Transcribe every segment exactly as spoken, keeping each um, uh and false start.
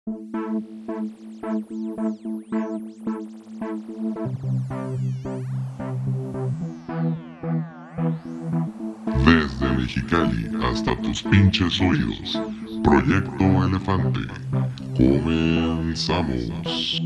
Desde Mexicali hasta tus pinches oídos, Proyecto Elefante. Comenzamos.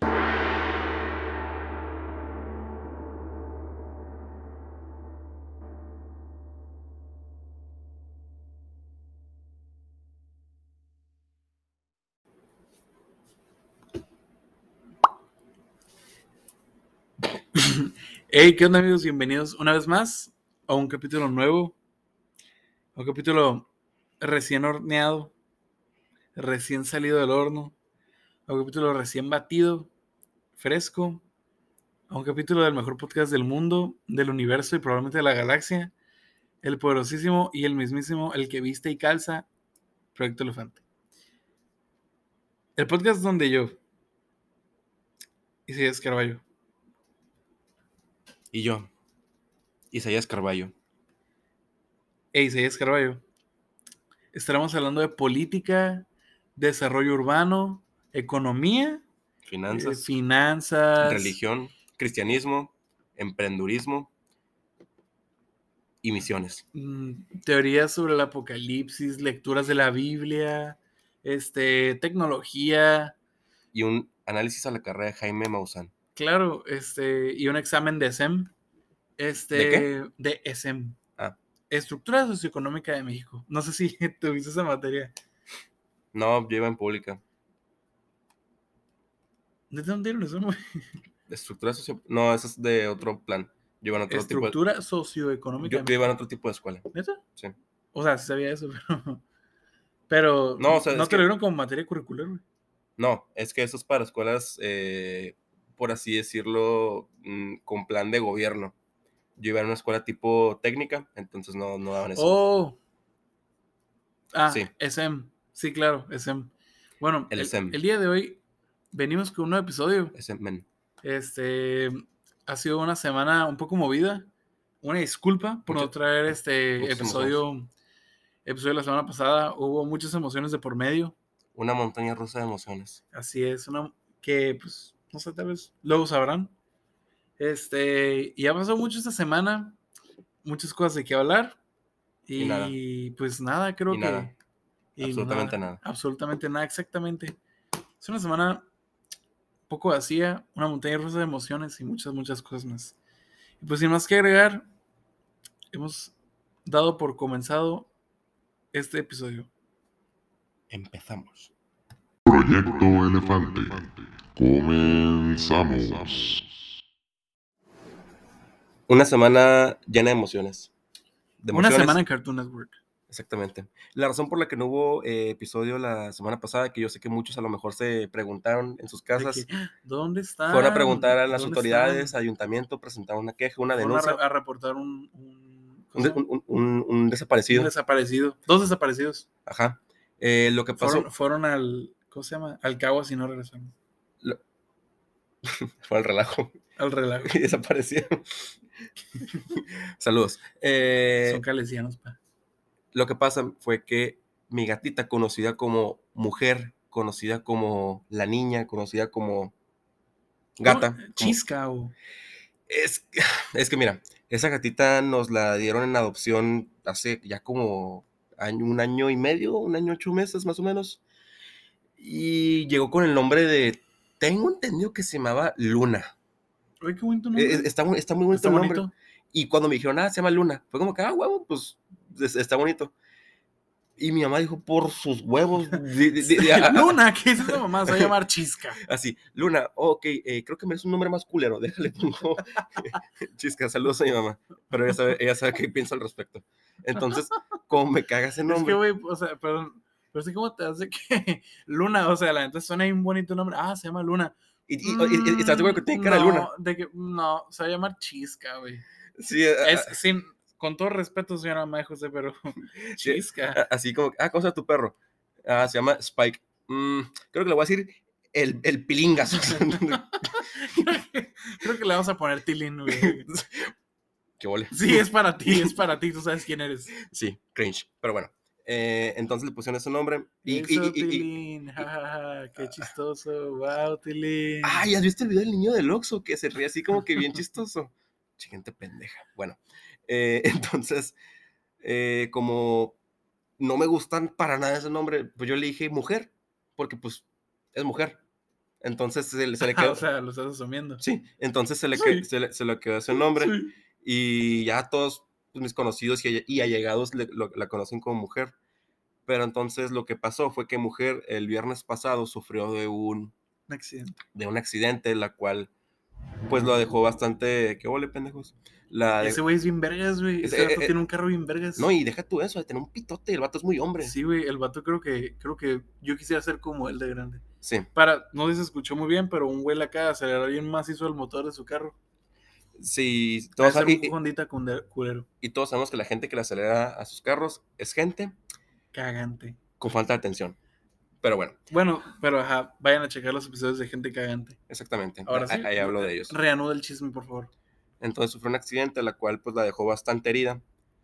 Hey, ¿qué onda, amigos? Bienvenidos una vez más a un capítulo nuevo, a un capítulo recién horneado, recién salido del horno, a un capítulo recién batido, fresco, a un capítulo del mejor podcast del mundo, del universo y probablemente de la galaxia, el poderosísimo y el mismísimo, el que viste y calza, Proyecto Elefante. El podcast donde yo, Isaías Carballo, y yo, Isaías Carballo, e Isaías Carballo, estaremos hablando de política, desarrollo urbano, economía, finanzas, eh, finanzas, religión, cristianismo, emprendurismo y misiones. mm, teorías sobre el apocalipsis, lecturas de la Biblia, este, tecnología, Y un análisis a la carrera de Jaime Maussan. claro, este, y un examen de E S E M, este, ¿De qué? de E S E M, Ah, Estructura Socioeconómica de México. No sé si tuviste esa materia. no, yo iba en pública. ¿De dónde dieron eso, güey? Estructura socio... No, eso es de otro plan. Yo iba en otro Estructura tipo de... Socioeconómica Yo, de yo iba en México. otro tipo de escuela. ¿Neta? Sí. O sea, sí sabía eso, pero... Pero No, o sea, no es te que... lo dieron como materia curricular, güey. No, es que eso es para escuelas, eh, por así decirlo, mm, con plan de gobierno. Yo iba en una escuela tipo técnica, entonces no, no daban eso. Oh. Ah, Sí. E S E M. Sí, claro, E S E M. Bueno, El el, E S E M. el día de hoy venimos con un nuevo episodio. E S E M. Este ha sido una semana un poco movida. Una disculpa por Mucha- no traer este muchas episodio. Episodio de la semana pasada. Hubo muchas emociones de por medio. Una montaña rusa de emociones. Así es, una que pues no sé, tal vez luego sabrán. Este, y ha pasado mucho esta semana, muchas cosas de qué hablar. Y, Y nada. pues nada, creo Y que. nada. y Absolutamente nada. Absolutamente nada, exactamente. Es una semana un poco vacía, una montaña rusa de emociones y muchas, muchas cosas más. Y pues sin más que agregar, hemos dado por comenzado este episodio. Empezamos. Proyecto Elefante. Comenzamos. Una semana llena de emociones. De Una emociones. semana en Cartoon Network. Exactamente. La razón por la que no hubo eh, episodio la semana pasada, que yo sé que muchos a lo mejor se preguntaron en sus casas, que, ¿dónde están? fueron a preguntar a las ¿Dónde autoridades, están? ayuntamiento, presentaron una queja, una Fueron a, denuncia. re- a reportar un, un, Un, de- un- un- un desaparecido. un desaparecido. Dos desaparecidos. Ajá. Eh, lo que pasó... Fueron, fueron al, ¿cómo se llama? Al Caguas y no regresaron. Lo... Fue al relajo. Al relajo. Y desaparecieron. Saludos. Eh, Son calesianos, pa. Lo que pasa fue que mi gatita, conocida como mujer, conocida como la niña, conocida como gata. ¿Cómo? Chisca como... o... Es, es que mira, esa gatita nos la dieron en adopción hace ya como año, un año y medio, un año ocho meses más o menos. Y llegó con el nombre de... Tengo entendido que se llamaba Luna. Oye, qué bonito nombre. Eh, Está, está muy bonito Está el bonito. nombre. Y cuando me dijeron, ah, se llama Luna, fue como que, ah, huevo, pues es- está bonito. Y mi mamá dijo, por sus huevos. di- di- di- di- a- a- Luna, ¿qué es esa mamá? Se va a llamar Chisca. Así, Luna, oh, ok, eh, creo que merece un nombre más culero, déjale pongo Chisca, saludos a mi mamá. Pero ella sabe, ella sabe qué pienso al respecto. Entonces, como me caga ese Es que, nombre. güey, o sea, perdón, pero sí como te hace que Luna, o sea, la neta suena ahí un bonito nombre. Ah, se llama Luna. Y, y, y- y estás seguro que tiene cara de No, Luna. de que, no, se va a llamar Chisca, güey. Sí, a- Es sin, con todo respeto, señora María José, pero sí, Chisca. a- así como, ah, ¿cómo se llama tu perro? Ah, se llama Spike. Mm, creo que le voy a decir el, el pilingas. creo, que, creo que le vamos a poner Tilín, güey. Qué ole. Sí, es para ti, es para ti, tú sabes quién eres. Sí, cringe. Pero bueno, Eh, entonces le pusieron ese nombre. Y, y, Eso, y, y- Tilín, jajaja, qué chistoso, wow, Tilín. ¡Ay! ¿Has visto el video del niño del Oxxo que se ríe así como que bien chistoso? Gente pendeja. Bueno, eh, entonces, eh, como no me gustan para nada ese nombre, pues yo le dije mujer, porque pues es mujer. Entonces se, le- se le Ah, quedó. o sea, lo estás asumiendo. Sí, entonces se le, Sí. que- se le, se le quedó ese nombre. Sí. Y ya todos pues, mis conocidos y, y allegados le- lo- la conocen como mujer. Pero entonces lo que pasó fue que mujer el viernes pasado sufrió de un, Un accidente. de un accidente, la cual pues lo dejó bastante... ¿Qué ole, pendejos? La de- Ese güey es bien vergas, güey. Ese- Ese eh, vato eh, tiene un carro bien vergas. No, y deja tú eso, de tener un pitote, el vato es muy hombre. Sí, güey, el vato creo que, creo que yo quisiera ser como él de grande. Sí, Para, no sé si se escuchó muy bien, pero un güey acá aceleró bien macizo el motor de su carro. sí, Va a todos, ser y, un Hondita cunde- culero. y todos sabemos que la gente que le acelera a sus carros es gente Cagante. con falta de atención. Pero bueno, Bueno, pero ajá, vayan a checar los episodios de gente cagante. exactamente, Ahora ahí, sí, ahí hablo de ellos. reanuda el chisme, por favor. Entonces sufrió un accidente, la cual pues la dejó bastante herida.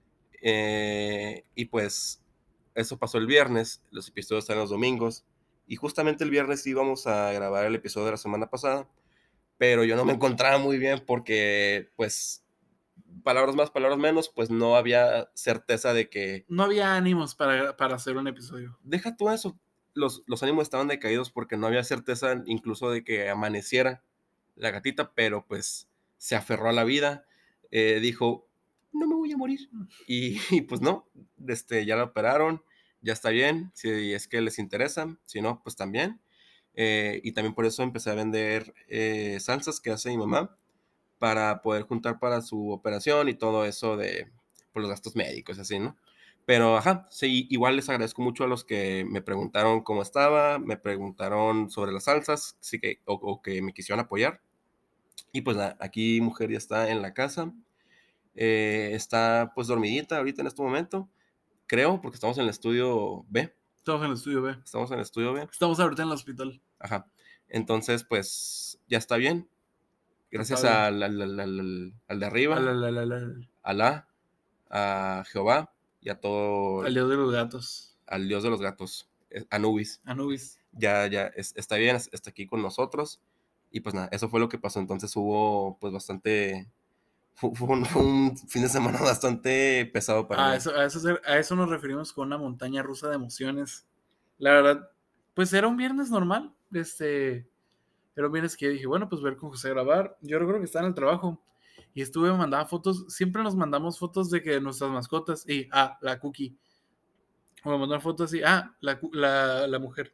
Eh, y pues eso pasó el viernes, los episodios están los domingos. Y justamente el viernes íbamos a grabar el episodio de la semana pasada, pero yo no me encontraba muy bien porque pues palabras más, palabras menos, pues no había certeza de que... No había ánimos para, para hacer un episodio. Deja tú eso, los, los ánimos estaban decaídos porque no había certeza incluso de que amaneciera la gatita, pero pues se aferró a la vida, eh, dijo, no me voy a morir. Y, y, pues no, este, ya la operaron, ya está bien, si es que les interesa, si no, pues también. Eh, y también por eso empecé a vender eh, salsas que hace mi mamá para poder juntar para su operación y todo eso de por los gastos médicos, así, ¿no? Pero, ajá, sí, igual les agradezco mucho a los que me preguntaron cómo estaba, me preguntaron sobre las salsas, sí que, o, o que me quisieron apoyar. Y pues a- aquí mujer ya está en la casa, eh, está pues dormidita ahorita en este momento, creo, porque estamos en el estudio B, Estamos en el estudio B. estamos en el estudio B, Estamos ahorita en el hospital. ajá. Entonces, pues ya está bien, gracias Está al, al, al, al- al de arriba, Al, al, al, al, al- Alá, a Jehová y a todo, al dios de los gatos. al dios de los gatos, eh, Anubis. Anubis. Ya, ya, es- está bien, es- está aquí con nosotros. Y pues nada, eso fue lo que pasó. Entonces hubo pues bastante, fu- fue un, fue un fin de semana bastante pesado para Ah, mí. eso, a, eso, se- a eso nos referimos con una montaña rusa de emociones. La verdad, pues era un viernes normal. Este, era un viernes que yo dije, bueno, pues ver con José grabar. Yo recuerdo que estaba en el trabajo y estuve, me mandaba fotos. Siempre nos mandamos fotos de que nuestras mascotas, y, ah, la Cookie. O me mandaron fotos así, ah, la, cu- la, la mujer.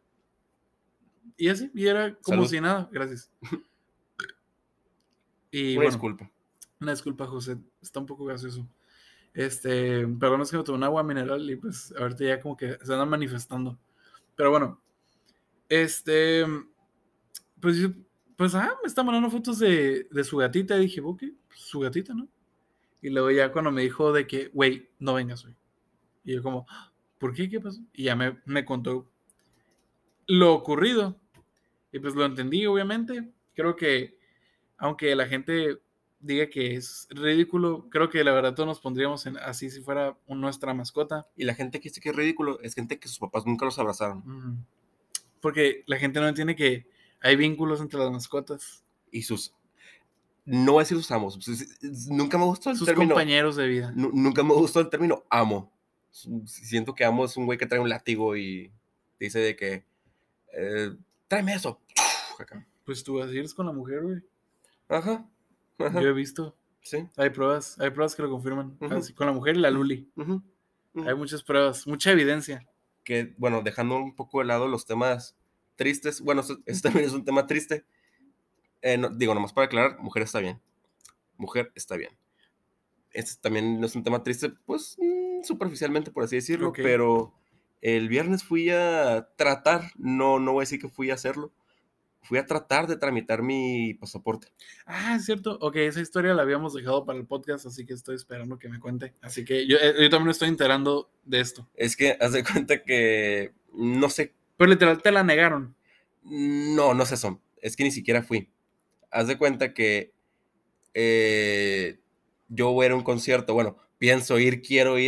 Y así, y era como Salud. si nada, gracias. Y Una bueno, disculpa. una disculpa, José, está un poco gaseoso. Este, perdón, es que me tomé un agua mineral y pues ahorita ya como que se andan manifestando. Pero bueno, este, pues yo, pues ah, me está mandando fotos de, de su gatita y dije, ok, pues, su gatita, ¿no? Y luego ya cuando me dijo de que, güey, no vengas hoy. Y yo como, ¿por qué? ¿Qué pasó? Y ya me, me contó lo ocurrido. Y pues lo entendí, obviamente. Creo que, aunque la gente diga que es ridículo, creo que la verdad todos nos pondríamos en, así si fuera un- nuestra mascota. Y la gente que dice que es ridículo es gente que sus papás nunca los abrazaron. Mm. Porque la gente no entiende que hay vínculos entre las mascotas. Y sus... No voy a decir sus amos. pues, es- es- Nunca me gustó el Sus término... compañeros de vida. nu- Nunca me gustó el término amo. Siento que amo es un güey que trae un látigo y te dice de que... eh, tráeme eso. Acá. Pues tú así eres con la mujer, güey. Ajá. Ajá. Yo he visto. Sí. Hay pruebas, hay pruebas que lo confirman. Ujú. Así, con la mujer y la Luli. Ujú, ujú. Hay muchas pruebas, mucha evidencia. Que, bueno, dejando un poco de lado los temas tristes, bueno, eso, eso también es un tema triste. Eh, no- digo, nomás para aclarar, mujer está bien. Mujer está bien. Este también no es un tema triste, pues, mm, superficialmente, por así decirlo, Ok. pero el viernes fui a tratar, no, no voy a decir que fui a hacerlo, fui a tratar de tramitar mi pasaporte. Ah, es cierto. Ok, esa historia la habíamos dejado para el podcast, así que estoy esperando que me cuente. Así que yo, eh, yo también me estoy enterando de esto. Es que, haz de cuenta que, no sé, Pero literal te la negaron. no, no sé eso, es que ni siquiera fui. Haz de cuenta que eh, yo voy a ir a un concierto, bueno, pienso ir, quiero ir,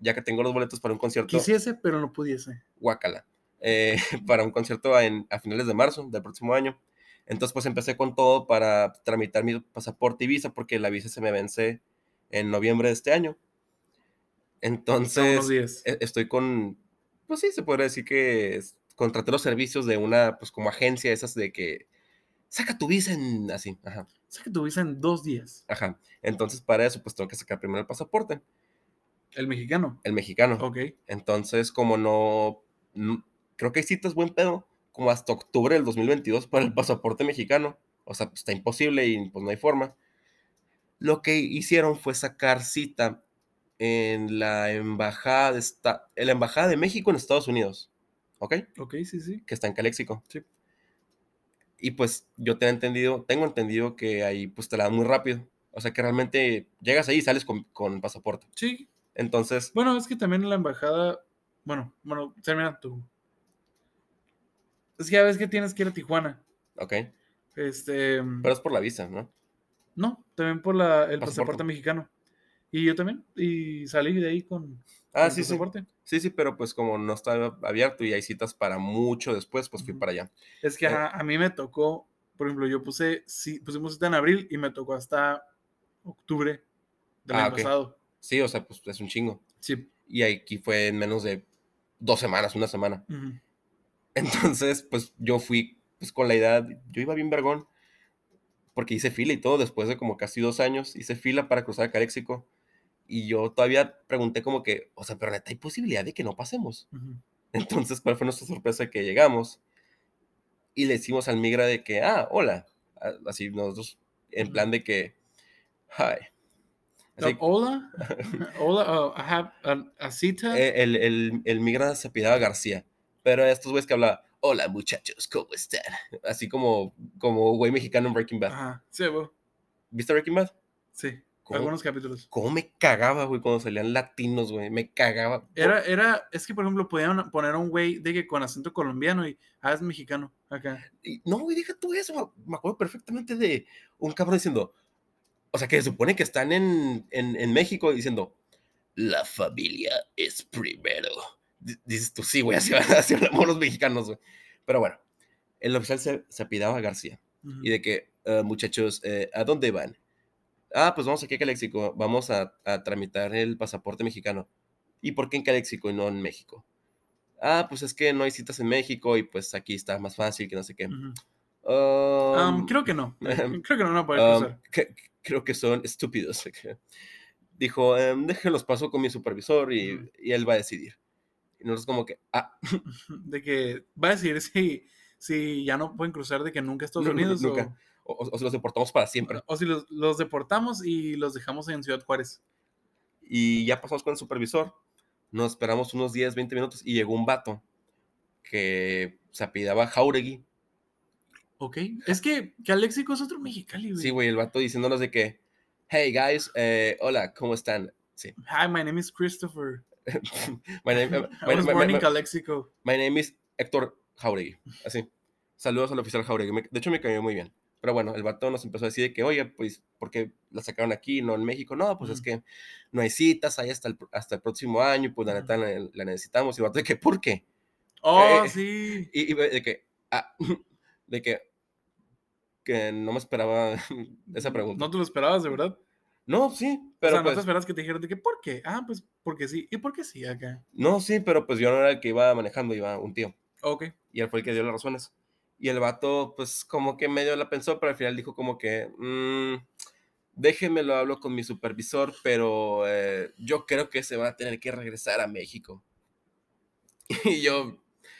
ya que tengo los boletos para un concierto, Quisiese, pero no pudiese. guácala, eh, para un concierto en, a finales de marzo del próximo año. Entonces, pues empecé con todo para tramitar mi pasaporte y visa, porque la visa se me vence en noviembre de este año. Hasta unos Entonces, días. e- estoy con, pues sí, se podría decir que es- contraté los servicios de una, pues como agencia, esas de que saca tu visa en, así, ajá, Sé que tu visa en dos días. ajá. Entonces, para eso, pues tengo que sacar primero el pasaporte, El mexicano. el mexicano. Ok. Entonces, como no, no- creo que hay citas buen pedo, como hasta octubre del dos mil veintidós para el pasaporte mexicano. O sea, pues está imposible y pues no hay forma. Lo que hicieron fue sacar cita en la embajada de, esta- en la embajada de México en Estados Unidos, ¿ok? Ok, sí, sí. Que está en Caléxico. Sí. Y pues yo tengo entendido, tengo entendido que ahí pues te la dan muy rápido. O sea que realmente llegas ahí y sales con, con pasaporte. Sí. Entonces, Bueno, es que también en la embajada. Bueno, bueno, termina tú. Es que ya ves que tienes que ir a Tijuana. ok. Este. Pero es por la visa, ¿no? No, también por la, el Pasaporte. pasaporte mexicano. Y yo también. Y salí de ahí con, Ah, con sí, sí. pasaporte. Sí, sí, pero pues como no está abierto y hay citas para mucho después, pues fui Ujú. para allá. Es que Eh, ajá, a mí me tocó, por ejemplo, yo puse, sí, pusimos cita en abril y me tocó hasta octubre del ah, año ok. pasado. Sí, o sea, pues es un chingo. Sí. Y aquí fue en menos de dos semanas, una semana. Ujú. Entonces, pues yo fui pues con la idea, yo iba bien vergón, porque hice fila y todo, después de como casi dos años, hice fila para cruzar a Caléxico. Y yo todavía pregunté como que, o sea, pero neta, ¿hay posibilidad de que no pasemos? Ujú. Entonces, ¿cuál fue nuestra sorpresa? Que llegamos y le decimos al migra de que, ah, hola. A- Así nosotros, en Ujú. plan de que, hi. No, Así, hola, hola, uh, I have a, a cita. eh, el, el, el migra se apellidaba García, pero estos güeyes que hablaban, hola muchachos, ¿cómo están? Así como, como güey mexicano en Breaking Bad. Ajá, sí, güey. ¿Viste Breaking Bad? Sí, ¿Cómo, algunos capítulos. cómo me cagaba, güey, cuando salían latinos, güey? Me cagaba. Era, era, es que por ejemplo, podían poner a un güey de que con acento colombiano y, ah, es mexicano, acá. Y, no, güey, deja tú eso. Me, me acuerdo perfectamente de un cabrón diciendo, o sea, que se supone que están en, en, en México diciendo, la familia es primero. D- Dices tú, sí, güey, así, así hablamos los mexicanos, güey. Pero bueno, el oficial se, se apellidaba García. Ujú. Y de que, "Eh, muchachos, eh, ¿a dónde van? Ah, pues vamos aquí a Caléxico, vamos a, a tramitar el pasaporte mexicano. ¿Y por qué en Caléxico y no en México? Ah, pues es que no hay citas en México y pues aquí está más fácil, que no sé qué. Ujú. Um, Um, creo que no, eh, creo que no van a poder um, cruzar. que- creo que son estúpidos. Dijo, em, déjenlos paso con mi supervisor y, Ujú. y él va a decidir. Y nosotros como que, ah, De que va a decir si, si ya no pueden cruzar de que nunca a Estados no, no, Unidos nunca. o, O, o- o se los deportamos para siempre. o si los, los deportamos y los dejamos en Ciudad Juárez. Y ya pasamos con el supervisor. Nos esperamos unos diez, veinte minutos y llegó un vato que se apellidaba Jauregui. Ok, es que, que Aléxico es otro Mexicali, Sí, güey. güey, el vato diciéndonos de que, hey guys, eh, hola, ¿cómo están? Sí. Hi, my name is Christopher. my, name, uh, I my, was my- born my- in Calexico. my name is Héctor Jauregui. Así. Saludos al oficial Jauregui. Me- de hecho, me cayó muy bien. Pero bueno, el vato nos empezó a decir de que, oye, pues, ¿por qué la sacaron aquí, no en México? No, pues es Ujú. que no hay citas, hay hasta el, hasta el próximo año, pues la Ujú. neta la, la necesitamos. Y el vato de que, ¿por qué? Oh, Eh, sí. y, y de que, ah, de que, que no me esperaba esa pregunta. No te lo esperabas, de verdad. No, sí, O pero sea, no te pues, esperabas que te dijeran de que, ¿por qué? Ah, pues porque sí. ¿Y por qué sí acá? no, sí, pero pues yo no era el que iba manejando, iba un tío. Ok. Y él fue el que dio las razones. Y el vato, pues, como que medio la pensó, pero al final dijo como que, mmm, déjenme lo hablo con mi supervisor, pero eh, yo creo que se va a tener que regresar a México. Y yo,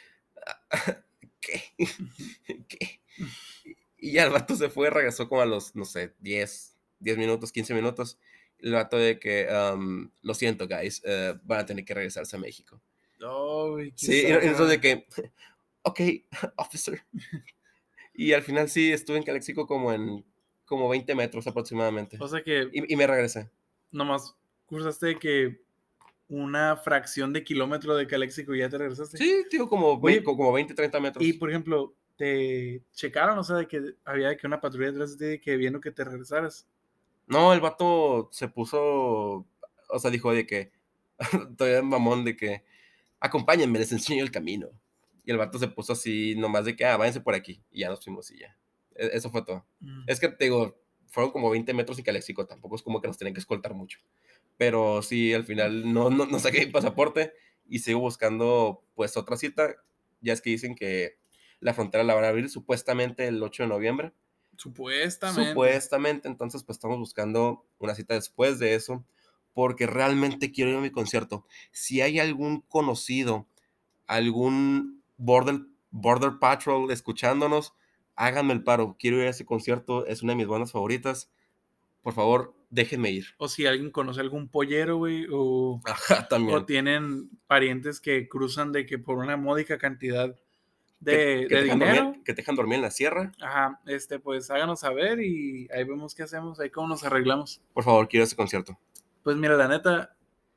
¿qué? ¿Qué? Y ya el vato se fue, regresó como a los, no sé, diez, diez minutos, quince minutos. El vato de que, um, lo siento, guys, eh, van a tener que regresarse a México. Ay, qué Sí, y entonces zarra. de que, ok, officer. Y al final sí, estuve en Calexico como en como veinte metros aproximadamente. O sea que Y, y me regresé. nomás cursaste de que una fracción de kilómetro de Calexico y ya te regresaste. Sí, digo, como, Oye, ve- como veinte, treinta metros. y por ejemplo, te checaron, o sea, de que había de que una patrulla detrás de ti que viendo que te regresaras. No, el vato se puso, o sea, dijo de que, todavía mamón de que, acompáñenme, les enseño el camino. Y el vato se puso así, nomás de que, ah, váyanse por aquí. Y ya nos fuimos y ya. E- Eso fue todo. Mm. Es que, te digo, fueron como veinte metros sin Calexico, tampoco es como que nos tenían que escoltar mucho. Pero sí, al final no, no, no saqué mi pasaporte y sigo buscando, pues, otra cita. Ya es que dicen que la frontera la van a abrir supuestamente el ocho de noviembre. Supuestamente. Supuestamente, entonces, pues, estamos buscando una cita después de eso, porque realmente quiero ir a mi concierto. Si hay algún conocido, algún Border, Border Patrol escuchándonos, háganme el paro. Quiero ir a ese concierto, es una de mis bandas favoritas. Por favor, déjenme ir. O si alguien conoce algún pollero, güey, o, Ajá, o también. tienen parientes que cruzan de que por una módica cantidad Que, de, que de te dejan dinero, dormir, que te dejan dormir en la sierra. ajá, este, pues háganos saber y ahí vemos qué hacemos, ahí cómo nos arreglamos. Por favor, quiero ese concierto. Pues mira, la neta,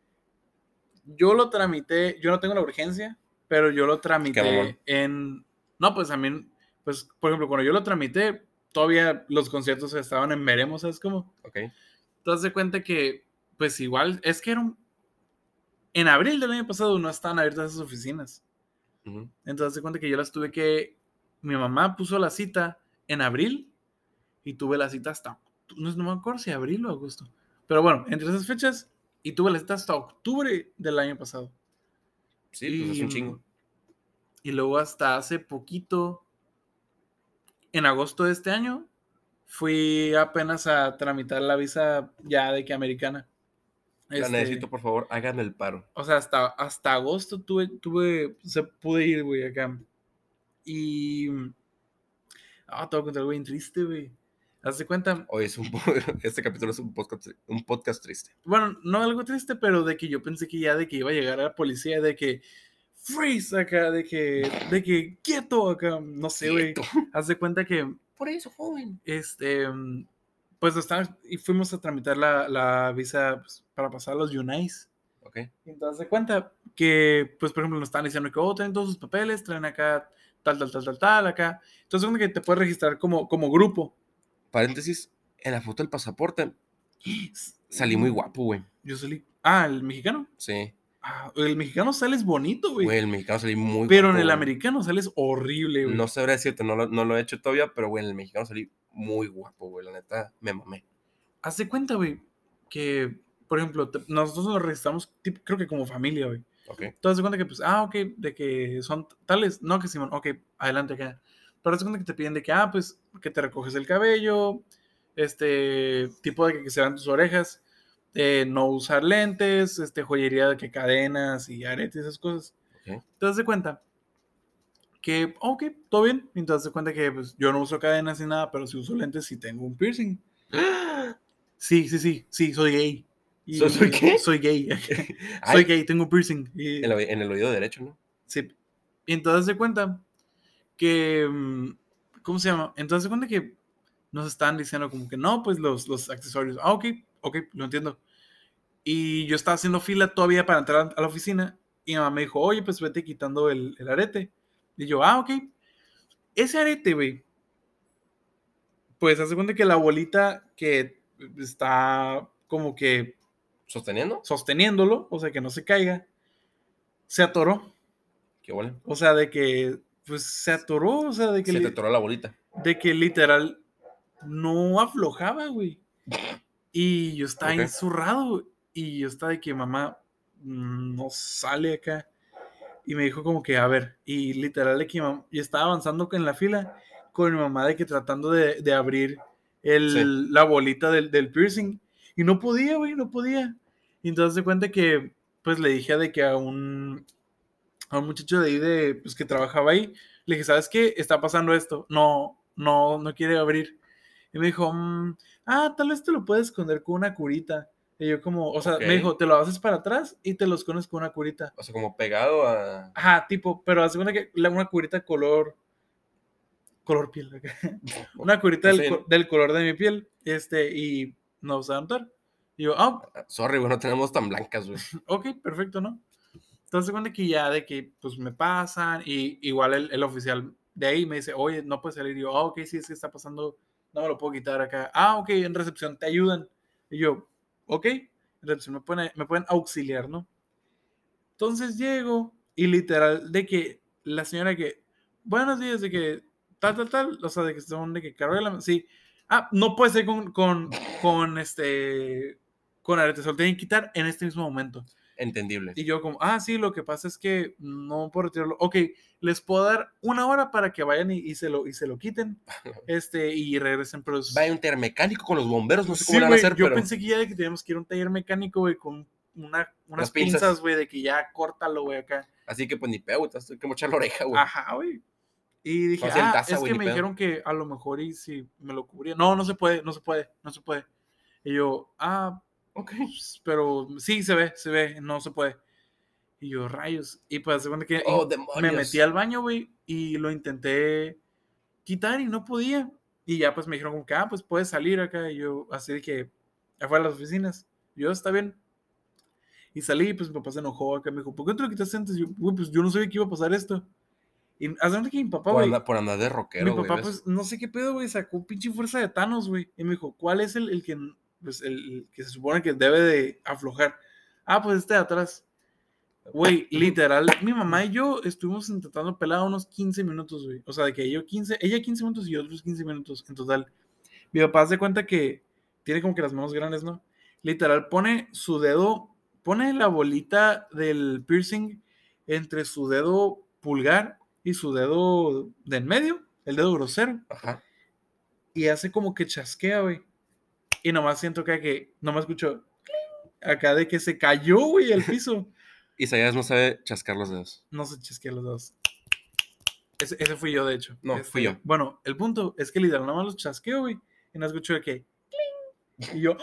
yo lo tramité, yo no tengo la urgencia, pero yo lo Qué mamón. tramité en... No, pues también, pues, por ejemplo, cuando yo lo tramité, todavía los conciertos estaban en veremos, ¿sabes cómo? Ok. Entonces se cuenta que, pues igual, es que era un... En abril del año pasado no estaban abiertas esas oficinas. Ujú. Entonces se cuenta que yo las tuve que... Mi mamá puso la cita en abril y tuve la cita hasta... No, no me acuerdo si abril o agosto. Pero bueno, entre esas fechas y tuve la cita hasta octubre del año pasado. Sí, pues es Y, un chingo. y luego hasta hace poquito, en agosto de este año, fui apenas a tramitar la visa ya de que americana. La Este, necesito, por favor, háganme el paro. o sea, hasta, hasta agosto tuve, tuve, se pude ir, güey, acá. Y, ah, te voy a contar algo bien triste, güey. Haz de cuenta, Hoy es un po- este capítulo es un podcast, un podcast triste. bueno, no algo triste, pero de que yo pensé que ya de que iba a llegar a la policía, de que freeze acá, de que, de que quieto acá, no sé, güey. Quieto. Haz de cuenta que, Por eso, joven. este, pues está, y fuimos a tramitar la, la visa pues, para pasar a los Unais. Ok. Entonces se cuenta que, pues, por ejemplo, nos están diciendo que, oh, traen todos sus papeles, traen acá, tal, tal, tal, tal, tal, acá. Entonces, como que te puedes registrar como, como grupo. Paréntesis, en la foto del pasaporte salí muy guapo, güey. Yo salí, ah, el mexicano. Sí. Ah, el mexicano sales bonito, güey. Güey, el mexicano salí muy Pero guapo. en el güey. americano sales horrible, güey. No sabré decirte, no lo, no lo he hecho todavía, pero güey, en el mexicano salí muy guapo, güey. La neta, me mamé. Haz de cuenta, güey, que, por ejemplo, te- nosotros nos registramos, tipo, creo que como familia, güey. Ok. Entonces, de cuenta que, pues, ah, ok, de que son tales, no, que Simón, ok, adelante acá. Pero haz de cuenta que te piden de que, ah, pues, que te recoges el cabello, este, tipo de que, que se vean tus orejas, eh, no usar lentes, este, joyería de que cadenas y aretes, esas cosas. Ok. Entonces, de cuenta que, ok, todo bien. Entonces, de cuenta que, pues, yo no uso cadenas ni nada, pero si uso lentes y tengo un piercing. Sí, sí, sí, sí, soy gay. Y ¿Soy- soy qué? Soy gay. Ay, Soy gay, tengo un piercing. Y, En, el, en el oído derecho, ¿no? sí. Y entonces se cuenta que, mm, ¿cómo se llama? Entonces se cuenta que nos están diciendo como que no, pues los, los accesorios. Ah, ok, ok, lo entiendo. Y yo estaba haciendo fila todavía para entrar a la oficina y mi mamá me dijo, oye, pues vete quitando el, el arete. Y yo, ah, ok. Ese arete, güey, pues hace cuenta que la bolita que está como que ¿Sosteniendo? sosteniéndolo, o sea, que no se caiga, se atoró. Qué bueno. O sea, de que, pues se atoró, o sea, de que, Se te li- atoró la bolita. de que literal no aflojaba, güey. Y yo estaba Ok. encerrado y yo estaba de que mamá mm, no sale acá. Y me dijo como que, a ver, y literal de que mam- yo estaba avanzando en la fila con mi mamá de que tratando de, de abrir el, Sí. la bolita del, del piercing. Y no podía, güey, no podía. Y entonces se cuenta que, pues le dije de que a un, a un muchacho de ahí de, pues que trabajaba ahí, le dije, ¿sabes qué? Está pasando esto. No, no, no quiere abrir. Y me dijo, "Mm, ah, tal vez te lo puedes esconder con una curita. Y yo como, o sea, Ok. me dijo, te lo haces para atrás y te lo escondes con una curita. O sea, como pegado a. Ajá, tipo, pero hace cuenta que la- una curita color, color piel. acá. Una curita Pues del, sí, co- ¿no? del color de mi piel, este, y no se va a notar. Y yo, ah, Sorry, güey, no tenemos tan blancas, güey. ok, perfecto, ¿no? Entonces, cuenta que ya de que, pues, me pasan, y igual el, el oficial de ahí me dice, oye, no puedes salir. Y yo, ah, ok, sí, es que está pasando, no me lo puedo quitar acá. Ah, ok, en recepción te ayudan. Y yo, ok, en recepción me pueden, me pueden auxiliar, ¿no? Entonces llego y literal de que la señora que, buenos días, de que tal, tal, tal, o sea, de que son de que Carola, sí. Ah, no puede ser con, con, con este, con aretes, se lo tienen que quitar en este mismo momento. Entendible. Y yo como, ah, sí, lo que pasa es que no puedo retirarlo. Ok, les puedo dar una hora para que vayan y, y, se, lo, y se lo quiten este, y regresen. Pero es... Va a un taller mecánico con los bomberos, no sé sí, cómo lo van a güey, hacer, yo pero... pensé que ya de que teníamos que ir a un taller mecánico, güey, con una, unas Las pinzas. pinzas, güey, de que ya córtalo, güey, acá. Así que pues ni pedo, te estoy que mochar la oreja, güey. Ajá, güey. Y dije, No hacía el ah, taza, es güey, que ni me pedo. dijeron que a lo mejor y si me lo cubría. No, no se puede, no se puede, no se puede. Y yo, ah, Ok. pues, pero sí se ve, se ve, no se puede. Y yo, rayos. Y pues, se cuenta que Oh, y demonios. me metí al baño, güey, y lo intenté quitar y no podía. Y ya pues me dijeron como que, ah, pues puedes salir acá. Y yo, así de que, afuera de las oficinas. Y yo, está bien. Y salí, pues mi papá se enojó acá. Me dijo, ¿por qué te lo quitaste antes? Y yo, güey, pues yo no sabía que iba a pasar esto. Y hace que mi papá, Por, güey, andar, por andar de mi rockero, güey. papá, ¿ves? pues, no sé qué pedo, güey, sacó pinche fuerza de Thanos, güey. Y me dijo, ¿cuál es el, el que, pues, el, el que se supone que debe de aflojar? Ah, pues este de atrás. Güey, literal, mi mamá y yo estuvimos intentando pelar unos quince minutos, güey. O sea, de que yo quince, ella quince minutos y yo otros quince minutos en total. Mi papá hace cuenta que tiene como que las manos grandes, ¿no? Literal, pone su dedo, pone la bolita del piercing entre su dedo pulgar y su dedo de en medio, el dedo grosero. Ajá. Y hace como que chasquea, güey. Y nomás siento que, que nomás escucho acá de que se cayó, güey, al piso. Isaías no sabe chascar los dedos. No se chasquea los dedos. Ese, ese fui yo, de hecho. No, Este, fui yo. Bueno, el punto es que literal nada más los chasqueo, güey. Y no escucho de que. Y yo.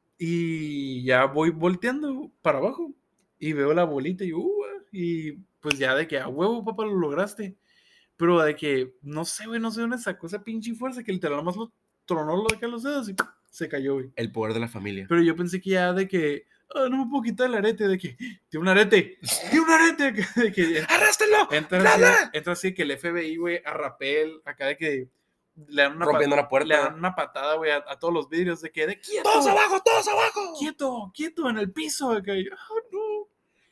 Y ya voy volteando para abajo. Y veo la bolita y. Uh, y pues ya de que a huevo, papá, lo lograste. Pero de que. No sé, güey, no sé dónde sacó esa pinche fuerza. Que literal nada más lo tronó lo de acá los dedos y se cayó, güey. El poder de la familia. Pero yo pensé que ya de que. Oh, no me puedo quitar el arete. De que. Tiene un arete. Tiene un arete. De que. ¡Arréstenlo! Entra así, entra así que el F B I, güey, a rapel, acá de que le dan una, rompiendo pat- una puerta. le dan una patada, güey, a, a todos los vidrios, de que, de quieto, ¡Todos abajo, todos abajo! quieto, quieto, en el piso, de que, oh, no.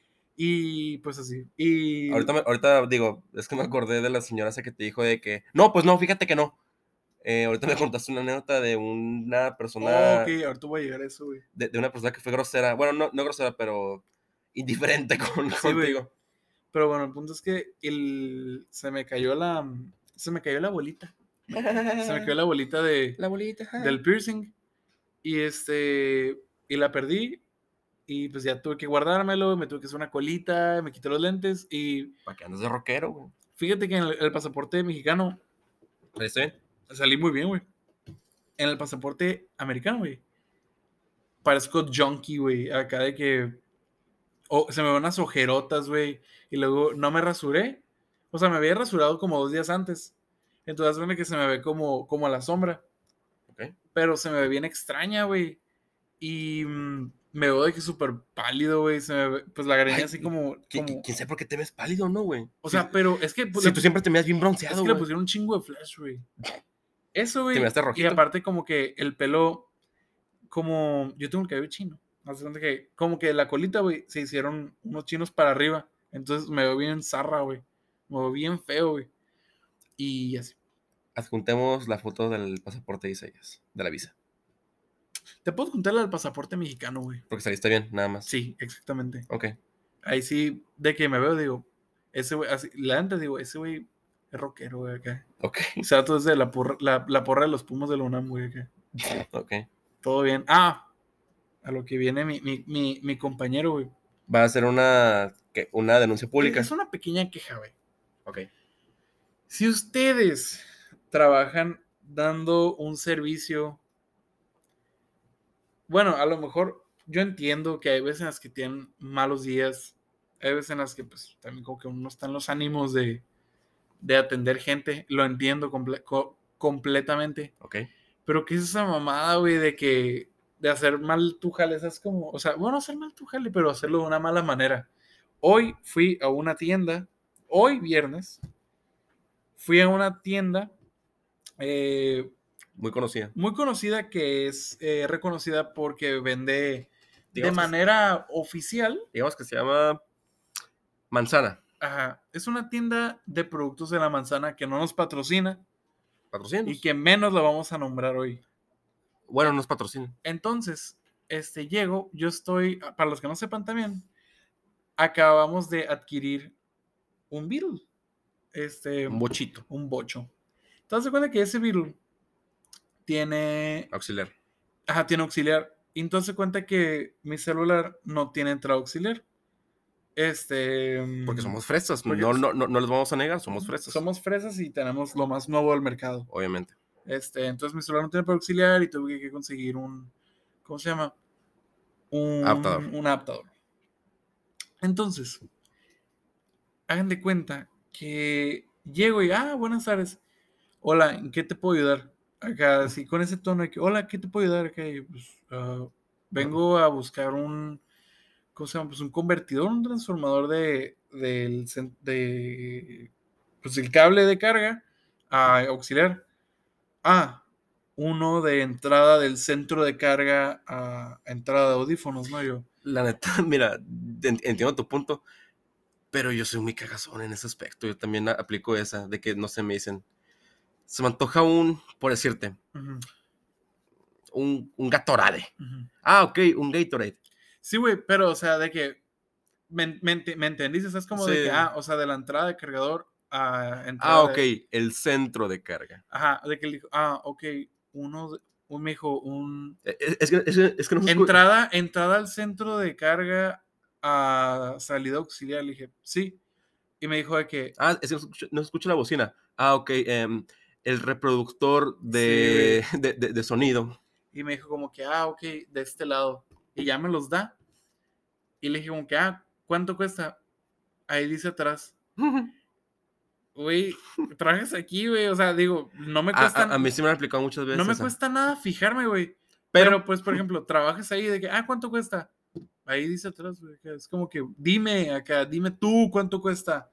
Y pues así, y... Ahorita, me- ahorita digo, es que me acordé de la señora esa que te dijo de que, no, pues no, fíjate que no. Eh, ahorita me contaste una anécdota de una persona, Oh, ok, ahorita voy a llegar a eso, güey. de, de una persona que fue grosera, bueno, no, no grosera, pero indiferente con, Sí, güey. contigo. Pero bueno, el punto es que el, se me cayó la, se me cayó la bolita, se me cayó la bolita de, La bolita. del piercing, y este, y la perdí. Y pues ya tuve que guardármelo, me tuve que hacer una colita, me quité los lentes y ¿Para qué andas de rockero, güey? fíjate que en el, el pasaporte mexicano ¿Está bien? salí muy bien, güey. En el pasaporte americano, güey, parezco junkie, güey. Acá de que oh, se me ven unas ojerotas, güey. Y luego no me rasuré. O sea, me había rasurado como dos días antes. Entonces, ven que se me ve como, como a la sombra. Ok. Pero se me ve bien extraña, güey. Y mm, me veo de que súper pálido, güey. Se me ve, pues la greña Ay, así como, ¿Qui- como... qui- ¿Quién sabe por qué te ves pálido, no, güey? O Si- sea, pero es que... pues, si le- tú siempre te miras bien es bronceado, que le güey. pusieron un chingo de flash, güey. Eso, güey. Te miraste Y rojito. aparte como que el pelo... Como... Yo tengo el cabello chino. Haz de cuenta que como que la colita, güey, se hicieron unos chinos para arriba. Entonces me veo bien zarra, güey. Me veo bien feo, güey. Y así. Adjuntemos la foto del pasaporte de Isaías, de la visa. Te puedo contarle al pasaporte mexicano, güey. Porque saliste bien, nada más. Sí, exactamente. Ok. Ahí sí, de que me veo, digo, ese güey, así, la antes digo, ese güey es rockero, güey, acá. Ok. O sea, todo desde la porra, la, la porra de los Pumas de la UNAM, güey, acá. Ok. Todo bien. Ah, a lo que viene mi, mi, mi, mi compañero, güey. Va a ser una, ¿qué? Una denuncia pública. Es una pequeña queja, güey. Ok. Si ustedes trabajan dando un servicio, bueno, a lo mejor yo entiendo que hay veces en las que tienen malos días, hay veces en las que pues también como que uno está en los ánimos de, de atender gente, lo entiendo comple- co- completamente, Ok. pero ¿qué es esa mamada, güey, de que de hacer mal tu jale? Es como, o sea, bueno, hacer mal tu jale, pero hacerlo de una mala manera. Hoy fui a una tienda, hoy viernes, fui a una tienda eh, Muy conocida. muy conocida que es eh, reconocida porque vende de Digamos que- manera oficial. Digamos que se llama Manzana. Ajá, es una tienda de productos de la manzana que no nos patrocina Patrocínanos. y que menos la vamos a nombrar hoy. Bueno, nos patrocinan. Entonces, este, llego, yo estoy, para los que no sepan también, acabamos de adquirir un Beetle, este, Un bochito. un bocho. Entonces, se cuenta que ese Beetle tiene, Auxiliar. ajá, tiene auxiliar. Y entonces se cuenta que mi celular no tiene entrada auxiliar. Este, Porque somos fresas. porque No, no, no, no les vamos a negar, somos fresas. somos fresas y tenemos lo más nuevo del mercado. Obviamente. Este, entonces mi celular no tiene para auxiliar y tuve que conseguir un, ¿cómo se llama? Un Adaptador. Un adaptador. Entonces, hagan de cuenta que llego y, ah, buenas tardes. Hola, ¿en qué te puedo ayudar? Acá, así con ese tono de que, hola, ¿qué te puedo ayudar? Acá, y, pues, ah, vengo a buscar un, ¿cómo se llama? Pues un convertidor, un transformador de, del, cen- de, pues el cable de carga a auxiliar. Ah, uno de entrada del centro de carga a entrada de audífonos, ¿no? Yo, La neta, mira, en- entiendo tu punto, pero yo soy muy cagazón en ese aspecto. Yo también a- aplico esa, de que no se me dicen. Se me antoja un, por decirte, ujú, un, un Gatorade. ujú. Ah, ok, un Gatorade. Sí, güey, pero, o sea, de que, ¿me, me, ent- me entendiste? Es como de Sí. que, ah, o sea, de la entrada de cargador a entrada Ah, ok, de- el centro de carga. ajá, de que le dijo, ah, ok, uno, de- un, me dijo, un, Eh, eh, Es que, es que, es que no se escu- entrada, entrada al centro de carga a salida auxiliar. Le dije, sí. Y me dijo de que, Ah, es que no se escucha, no se escucha la bocina. Ah, ok, em, el reproductor Sí, de, de, de- de sonido. y me dijo como que, ah, ok, de este lado. Y ya me los da. Y le dije como que, ah, ¿cuánto cuesta? Ahí dice atrás. Güey, trajes aquí, güey. O sea, digo, no me A, cuesta, a- a mí sí me lo han aplicado muchas veces. no me esa. cuesta nada fijarme, güey. Pero, Pero, pues, por ejemplo, trabajas ahí de que, ah, ¿cuánto cuesta? Ahí dice atrás, güey. que Es como que, dime acá, dime tú cuánto cuesta.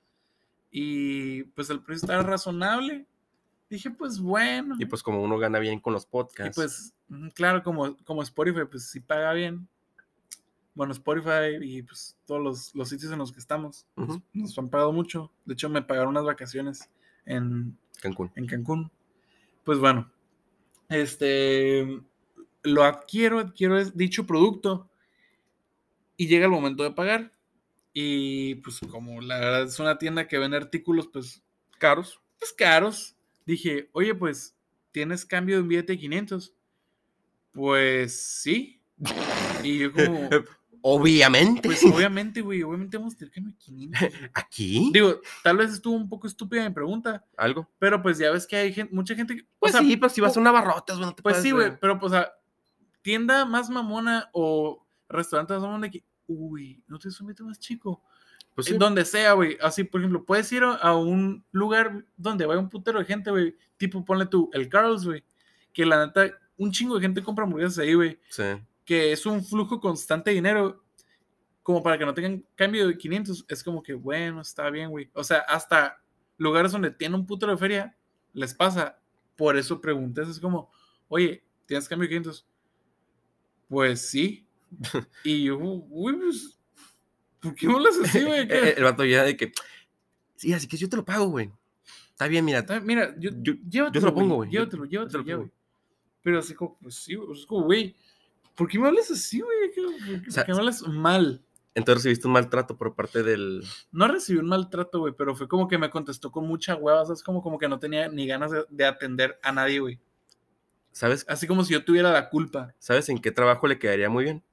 Y pues el precio estaba razonable. Dije, pues bueno. y pues como uno gana bien con los Y podcasts. pues, ujú, claro, como, como Spotify, pues sí paga bien. Bueno, Spotify y pues todos los, los sitios en los que estamos pues, Ujú. nos han pagado mucho. De hecho, me pagaron unas vacaciones en, Cancún. en Cancún. Pues bueno, este lo adquiero, adquiero es- dicho producto y llega el momento de pagar. Y pues como la verdad es una tienda que vende artículos pues Caros. pues caros, dije, oye, pues, ¿tienes cambio de un billete de quinientos? Pues sí. Y yo como, Obviamente. pues obviamente, güey, obviamente vamos a tener cambio de quinientos. güey. ¿Aquí? Digo, tal vez estuvo un poco estúpida mi pregunta, ¿Algo? pero pues ya ves que hay gente, mucha gente que... Pues o sea, sí, pero si vas a una barrotas, bueno, te pues puedes, sí, güey, eh, pero pues, o sea, tienda más mamona o restaurante más mamona que, uy, no te somete más chico. Pues En sí. donde sea, güey. Así, por ejemplo, puedes ir a a un lugar donde vaya un putero de gente, güey. Tipo, ponle tú, el Carl's, güey. Que la neta, un chingo de gente compra hamburguesas ahí, güey. Sí. Que es un flujo constante de dinero. Como para que no tengan cambio de quinientos. Es como que, bueno, está bien, güey. O sea, hasta lugares donde tienen un putero de feria, les pasa. Por eso pregunté. Es como, oye, ¿tienes cambio de quinientos? Pues sí. Y yo, uy, pues, ¿por qué no las así, güey? el, ¿Qué? el vato ya de que, sí, así que yo te lo pago, güey. Está bien, mira. Ah, mira, yo, Yo- llévatelo, yo te lo pongo, güey. Yo- Llévatelo, yo te llévatelo, lo ya, pongo. güey. Pero así como, pues sí, güey, es como, güey, ¿por qué me hablas así, güey? ¿Qué- ¿Por qué, O sea, por qué me hablas mal? Entonces recibiste un maltrato por parte del... No recibí un maltrato, güey, pero fue como que me contestó con mucha hueva, ¿sabes? Como, como que no tenía ni ganas de, de atender a nadie, güey. ¿Sabes? Así como si yo tuviera la culpa. ¿Sabes en qué trabajo le quedaría muy bien?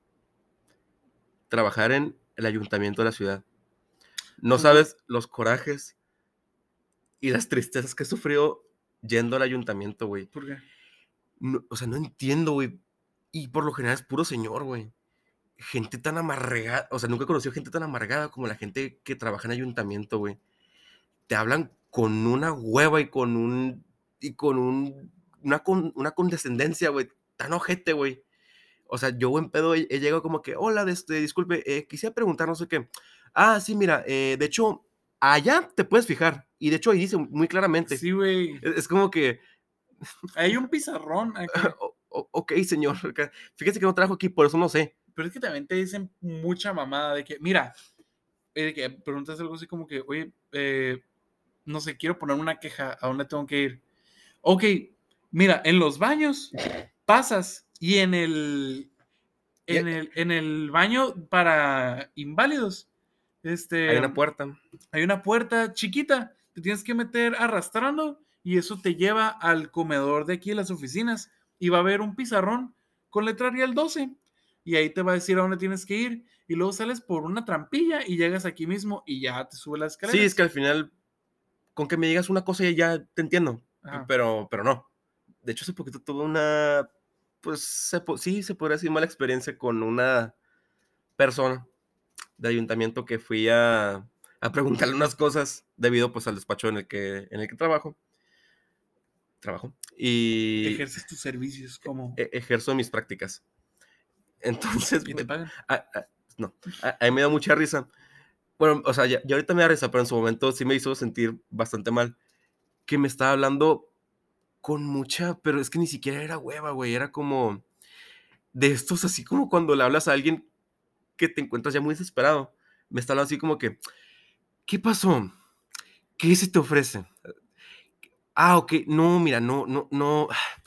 Trabajar en el ayuntamiento de la ciudad. No Pues, sabes los corajes y las tristezas que he sufrido yendo al ayuntamiento, güey. ¿Por qué? No, o sea, no entiendo, güey. Y por lo general es puro señor, güey. Gente tan amargada. O sea, nunca he conocido gente tan amargada como la gente que trabaja en ayuntamiento, güey. Te hablan con una hueva y con un... Y con un... Una, con, una condescendencia, güey. Tan ojete, güey. O sea, yo buen pedo he, he llegado como que, hola, este, disculpe, eh, quisiera preguntar no sé qué. Ah, sí, mira, eh, de hecho, allá te puedes fijar. Y de hecho ahí dice muy claramente. Sí, güey. Es, es como que, Hay un pizarrón aquí. o- o- ok, señor, acá, fíjese que no trabajo aquí, por eso no sé. Pero es que también te dicen mucha mamada de que, mira, eh, que preguntas algo así como que, oye, eh, no sé, quiero poner una queja, ¿a dónde tengo que ir? Ok, mira, en los baños pasas y en el, Y en el, en el baño para inválidos, este, hay una puerta. hay una puerta chiquita, te tienes que meter arrastrando y eso te lleva al comedor de aquí de las oficinas y va a haber un pizarrón con letra Arial doce y ahí te va a decir a dónde tienes que ir y luego sales por una trampilla y llegas aquí mismo y ya te sube las escaleras. Sí, es que al final, con que me digas una cosa ya te entiendo, Ajá. pero, pero no. De hecho, hace poquito tuve una, pues se po- sí, se podría decir mala experiencia con una persona de ayuntamiento que fui a, a preguntarle unas cosas debido pues al despacho en el que, en el que trabajo. Trabajo. Y Ejerces tus servicios como... e- ejerzo mis prácticas. Entonces, ¿Y te me- pagan? a- a- no, a, a mí me da mucha risa. Bueno, o sea, ya, ya ahorita me da risa, pero en su momento sí me hizo sentir bastante mal. Que me estaba hablando con mucha, pero es que ni siquiera era hueva, güey. Era como de estos, así como cuando le hablas a alguien que te encuentras ya muy desesperado. Me está hablando así como que, ¿qué pasó? ¿Qué se te ofrece? Ah, ok, no, mira, no, no, no,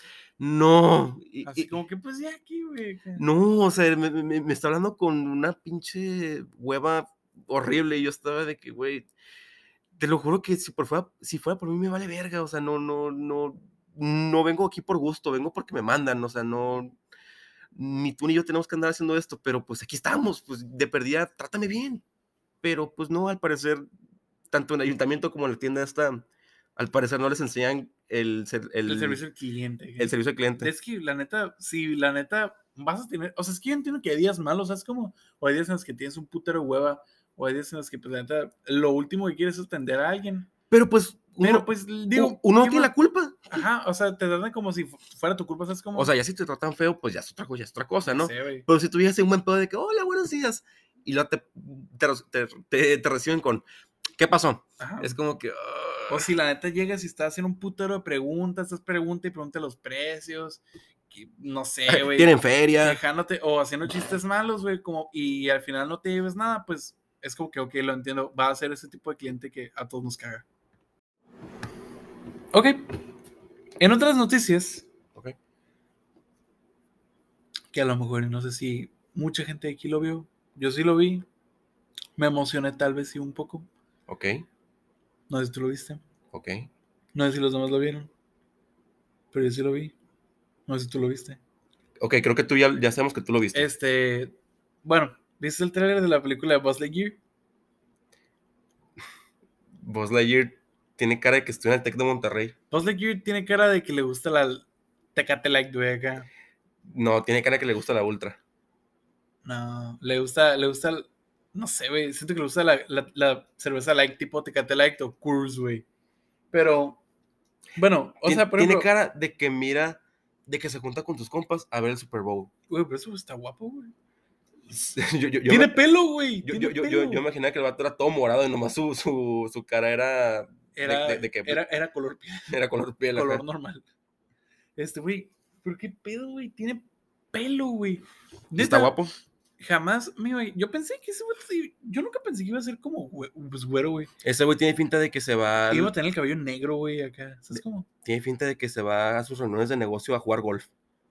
no. y- Así y- como que pues ya aquí, güey. acá. No, o sea, me, me- me está hablando con una pinche hueva horrible y yo estaba de que, güey, te lo juro que si, por fuera, si fuera por mí me vale verga, o sea, no, no, no, no vengo aquí por gusto, vengo porque me mandan, o sea, no, ni tú ni yo tenemos que andar haciendo esto, pero pues aquí estamos, pues de perdida, trátame bien, pero pues no, al parecer, tanto en el ayuntamiento como en la tienda esta, al parecer no les enseñan el, ser- El el, servicio al cliente. el servicio al cliente. Es que la neta, si la neta vas a tener, o sea, es que yo entiendo que hay días malos, ¿sabes cómo? O hay días en los que tienes un putero de hueva, o hay días en los que, pues, la neta, lo último que quieres es atender a alguien. Pero pues uno, Pero, pues, digo, u- uno no ¿qué tiene más? la culpa. Ajá, o sea, te tratan como si fu- fuera tu culpa, ¿sabes cómo? O sea, ya si te tratan feo, pues ya es otra, co- ya es otra cosa, Ya ¿no? sé, güey. Pero si tuvieras un buen pedo de que, hola, buenos días, y luego te, te, te- te- te reciben con, ¿qué pasó? Ajá. Es como que, O ah, si la neta llegas y estás haciendo un putero de preguntas, estás pregunta y pregunta los precios, que, no sé, güey. tienen feria. Quejándote o haciendo chistes malos, güey, como, y al final no te lleves nada, pues es como que, ok, lo entiendo, va a ser ese tipo de cliente que a todos nos caga. Ok, en otras noticias, Ok, que a lo mejor no sé si mucha gente de aquí lo vio, yo sí lo vi, me emocioné tal vez sí un poco, ok, no sé si tú lo viste, ok. no sé si los demás lo vieron, pero yo sí lo vi, no sé si tú lo viste. Ok, creo que tú ya, ya sabemos que tú lo viste. Este, bueno, ¿viste el trailer de la película de Buzz Lightyear? Buzz Lightyear tiene cara de que estuvo en el Tec de Monterrey. Buzz Lightyear tiene cara de que le gusta la Tecate Light, güey, acá. No, tiene cara de que le gusta la Ultra. No, le gusta, le gusta, no sé, güey, siento que le gusta la, la, la cerveza light tipo Tecate Light o Coors, güey. Pero, bueno, o Tien- sea, por tiene ejemplo, cara de que mira, de que se junta con tus compas a ver el Super Bowl. güey, pero eso está guapo, güey. yo, yo, yo Tiene me- pelo, güey, Yo, tiene yo, yo, pelo. yo, yo imaginaba que el vato era todo morado y nomás su, su, su cara era de, Era, de- de que era, era color, era color piel. color Ajá. normal. Este, güey, ¿pero qué pedo, güey? Tiene pelo, güey. ¿Y está Neta, guapo? jamás, mi güey, yo pensé que ese güey, yo nunca pensé que iba a ser como, güey, pues güero, güey. Ese güey tiene finta de que se va. Que iba a al- tener el cabello negro, güey, acá. ¿Sabes cómo? Tiene finta de que se va a sus reuniones de negocio a jugar golf.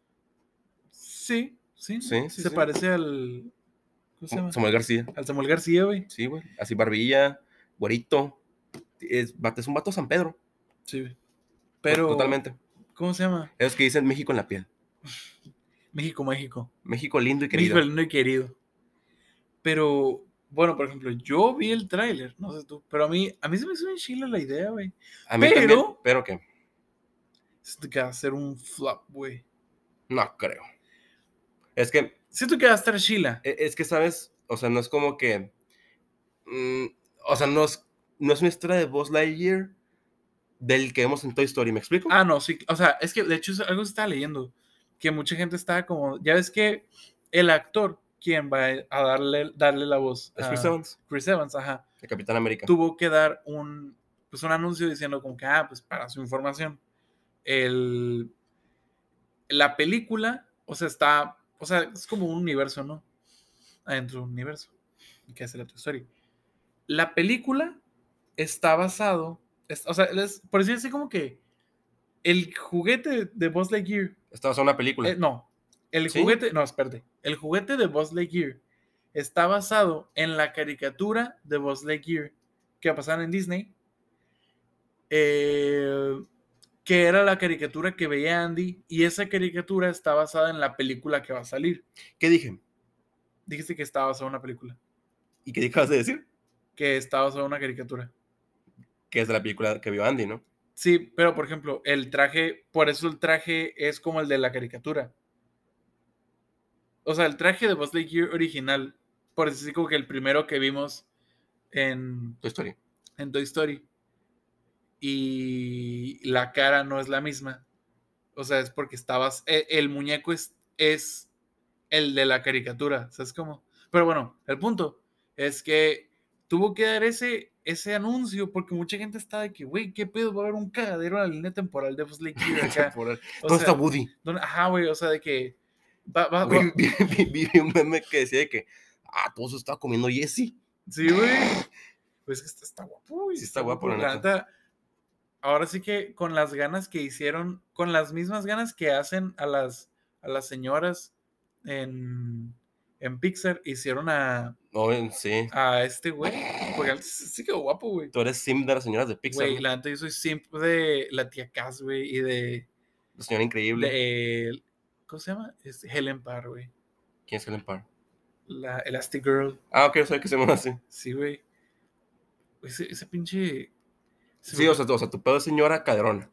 Sí, sí, Sí, sí, sí, se sí. parece al, ¿cómo se llama? Samuel García. Al Samuel García, güey. Sí, güey. Así barbilla, güerito. Es, vato- es un vato San Pedro. Sí, güey. Pero, Totalmente. ¿cómo se llama? Esos que dicen México en la piel. México, México. México lindo y querido. México lindo y querido. Pero, bueno, por ejemplo, yo vi el tráiler, no sé tú, pero a mí, a mí se me hizo bien chila la idea, güey. A mí Pero- también. Pero que Siento que va a ser un flop, güey. no creo. Es que, Siento que va a estar chila. e- es que, ¿sabes? O sea, no es como que. mm, o sea, no es, no es una historia de Buzz Lightyear del que vemos en Toy Story, ¿me explico? Ah, no, sí. O sea, es que de hecho es algo que estaba leyendo. Que mucha gente estaba como. Ya ves que el actor, quien va a darle, darle la voz Es a Chris Evans, Chris Evans, ajá, de Capitán América. tuvo que dar un, pues un anuncio diciendo como que, ah, pues para su información, el, la película, o sea, está, o sea, es como un universo, ¿no? Adentro de un universo, que es la Toy Story. La película está basado, es- o sea, es, por decir así como que el juguete de Buzz Lightyear, Esta va a ser una película. eh, no, el ¿Sí? juguete, no, espérate, el juguete de Buzz Lightyear está basado en la caricatura de Buzz Lightyear que pasaron en Disney, eh, que era la caricatura que veía Andy, y esa caricatura está basada en la película que va a salir. ¿Qué dije? Dijiste que estaba basada en una película, ¿Y qué acabas de decir? que estaba basada en una caricatura. Que es de la película que vio Andy, ¿no? Sí, pero por ejemplo, el traje, por eso el traje es como el de la caricatura. O sea, el traje de Buzz Lightyear original, por decir como que el primero que vimos en, Tu historia. en Toy Story, y la cara no es la misma. O sea, es porque estabas, el, el muñeco es, es el de la caricatura, ¿sabes cómo? Pero bueno, el punto es que tuvo que dar ese, ese anuncio porque mucha gente estaba de que, güey, ¿qué pedo? Va a haber un cagadero en la línea temporal de Buzz Lightyear acá. Por el- O ¿Dónde sea, está Woody? ¿dónde- ajá, güey, o sea, de que va, va, Güey, va- vi, vi- vi un meme que decía de que, ah, todo eso estaba comiendo Jesse. Sí, güey. Pues que está, está guapo, güey. Sí está guapo, la neta. neta. Ahora sí que con las ganas que hicieron, con las mismas ganas que hacen a las, a las señoras en, en Pixar, hicieron a, No, sí. a este güey. Porque sí sí quedó guapo, güey. Tú eres sim de las señoras de Pixar, Güey, ¿no? la neta yo soy simp de la tía Cass, güey, y de, La señora increíble. de ¿cómo se llama? Es Helen Parr, güey. ¿Quién es Helen Parr? La Elastic Girl. Ah, ok, sabía que se llama así. Sí, güey. Ese, ese pinche... se Sí, me- o sea, o sea, tu pedo es señora caderona.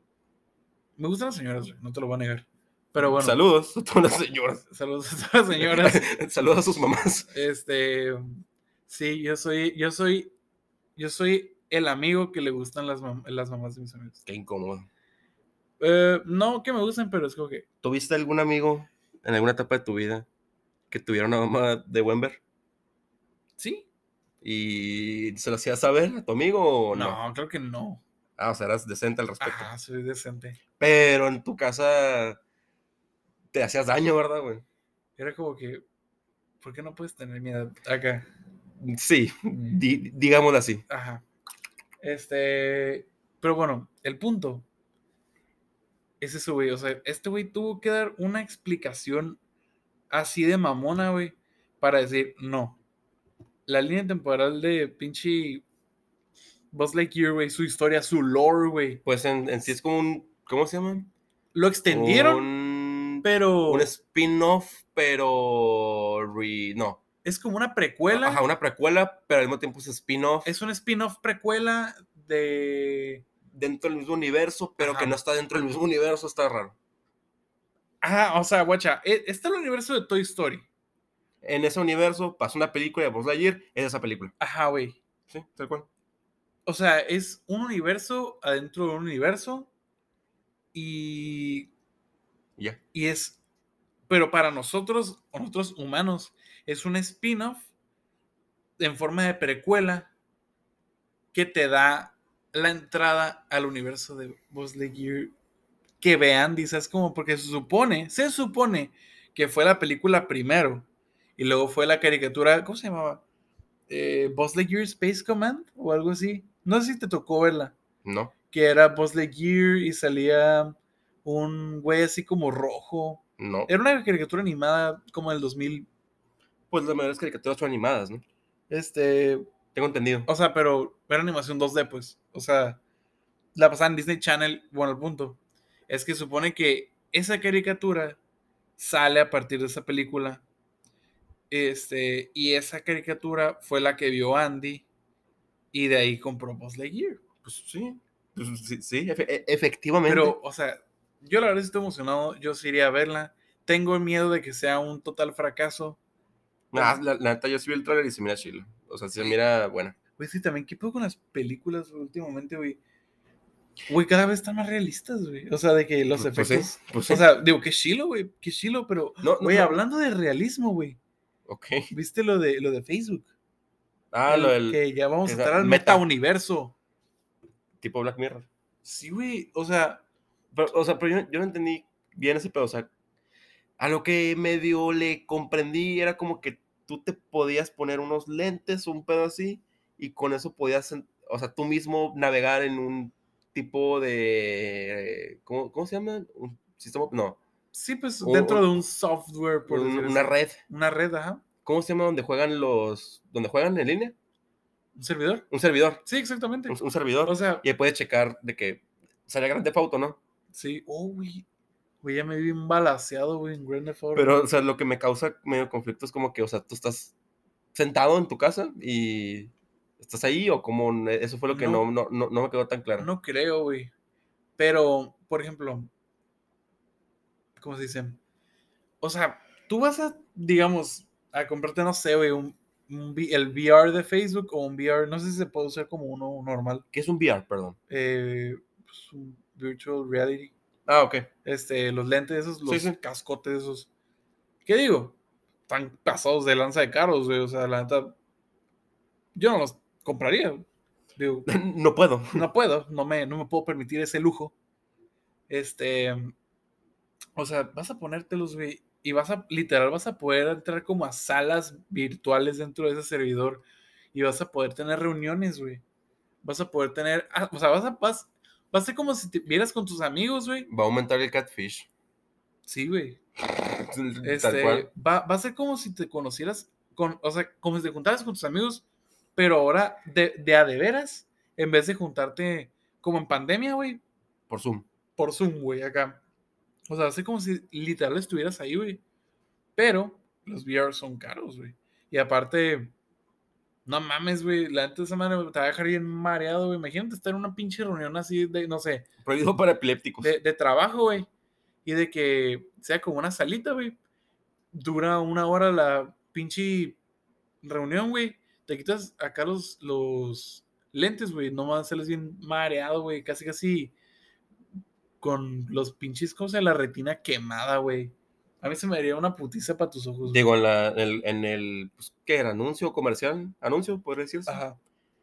Me gustan las señoras, güey, no te lo voy a negar. Pero bueno. Saludos a todas las señoras. Saludos a todas las señoras. Saludos a sus mamás. Este, sí, yo soy, yo soy, yo soy el amigo que le gustan las, mam- las mamás de mis amigos. Qué incómodo. Eh, no que me gusten, pero es como que, ¿Tuviste algún amigo en alguna etapa de tu vida que tuviera una mamá de buen ver? sí. ¿Y se lo hacías saber a tu amigo o no? No, creo que no. Ah, o sea, eras decente al respecto. Ajá, soy decente. Pero en tu casa te hacías daño, ¿verdad, güey? Era como que, ¿por qué no puedes tener miedo acá? Sí, di- digámoslo así. Ajá. Este, pero bueno, el punto es eso, güey. O sea, este güey tuvo que dar una explicación así de mamona, güey, para decir, no. La línea temporal de pinche Buzz Lightyear, güey, su historia, su lore, güey. Pues en, en sí es como un, ¿cómo se llama? Lo extendieron, Un, pero un spin-off, pero re- no. es como una precuela. Ajá, una precuela, pero al mismo tiempo es spin-off Es un spin-off precuela de... dentro del mismo universo, pero Ajá. que no está dentro del mismo universo, está raro. Ajá, o sea, guacha, e- está el universo de Toy Story. En ese universo pasa una película de Buzz Lightyear, es esa película. Ajá, güey. Sí, tal cual. O sea, es un universo adentro de un universo y, Y ya. y es, pero para nosotros, o nosotros humanos, es un spin-off en forma de precuela que te da la entrada al universo de Buzz Lightyear que vean, dices como porque se supone, se supone que fue la película primero y luego fue la caricatura, ¿cómo se llamaba? Eh, Buzz Lightyear Space Command o algo así. No sé si te tocó verla. No. Que era Buzz Lightyear y salía un güey así como rojo. No. Era una caricatura animada como del dos mil. Pues las mayores caricaturas son animadas, ¿no? Este, Tengo entendido. o sea, pero era animación dos D, pues. O sea, la pasaban en Disney Channel. Bueno, el punto es que supone que esa caricatura sale a partir de esa película. Este, y esa caricatura fue la que vio Andy y de ahí compró Buzz Lightyear. Pues sí. Pues sí, sí, efe- e- efectivamente. Pero, o sea, yo la verdad sí estoy emocionado. Yo sí iría a verla. Tengo miedo de que sea un total fracaso. Nah, la, la neta, yo sí vi el trailer y se mira chilo. O sea, se mira buena. Güey, sí, también, ¿qué pedo con las películas últimamente, güey? Güey, cada vez están más realistas, güey. O sea, de que los Pues- pues sí, efectos. pues sí. O sea, digo, qué chilo, güey. Qué chilo, pero. No, no, Güey, no. hablando de realismo, güey. Ok. ¿Viste lo de, lo de Facebook? Ah, El lo del Que ya vamos a esa estar al meta. meta-universo. tipo Black Mirror. Sí, güey. O sea, Pero, o sea, pero yo, yo no entendí bien ese pedo. O sea, a lo que medio le comprendí era como que tú te podías poner unos lentes, un pedo así, y con eso podías, en- o sea, tú mismo navegar en un tipo de, ¿cómo, cómo se llama? Un sistema, no, Sí, pues un- dentro de un- un software, por un- decir una así. red. Una red, ajá. ¿Cómo se llama donde juegan los, donde juegan en línea? ¿Un servidor? Un servidor, Sí, exactamente. un, un servidor, O sea, y ahí puedes checar de que sale Grand Theft Auto, ¿no? sí. Oh, güey. Güey, ya me vi balaseado, güey, en Grand Theft Auto. Pero, o sea, lo que me causa medio conflicto es como que, o sea, tú estás sentado en tu casa y estás ahí, o como eso fue lo que no, No, no, no, no me quedó tan claro. no creo, güey. Pero, por ejemplo, ¿cómo se dice? O sea, tú vas a, digamos, a comprarte, no sé, güey, un, un V- el V R de Facebook o un V R, no sé si se puede usar como uno normal. ¿Qué es un V R, perdón? eh, pues, un virtual reality. Ah, ok. Este, los lentes esos, Sí, los sí. cascotes esos. ¿Qué digo? Están pasados de lanza de caros, güey. O sea, la neta, yo no los compraría. Digo, No puedo. no puedo, no me, no me puedo permitir ese lujo. Este, o sea, vas a ponértelos, güey, y vas a, literal, vas a poder entrar como a salas virtuales dentro de ese servidor y vas a poder tener reuniones, güey. Vas a poder tener, ah, o sea, vas a, vas, va a ser como si te vieras con tus amigos, güey. Va a aumentar el catfish. Sí, güey. Tal Este, cual. va, va a ser como si te conocieras, con, o sea, como si te juntaras con tus amigos, pero ahora de, de a de veras, en vez de juntarte como en pandemia, güey, Por Zoom. por Zoom, güey, acá. O sea, va a ser como si literal estuvieras ahí, güey. Pero los V R son caros, güey. Y aparte, no mames, güey, la neta de semana te va a dejar bien mareado, güey. Imagínate estar en una pinche reunión así de, no sé, Prohibido para epilépticos. de, de trabajo, güey. Y de que sea como una salita, güey. Dura una hora la pinche reunión, güey. Te quitas acá los, los lentes, güey. Nomás sales bien mareado, güey. Casi, casi con los pinches, ¿cómo se llama? La retina quemada, güey. A mí se me haría una putiza para tus ojos, güey. Digo, en, la, en el, en el pues, ¿qué era? ¿Anuncio comercial? ¿Anuncio, podría decirse? Ajá.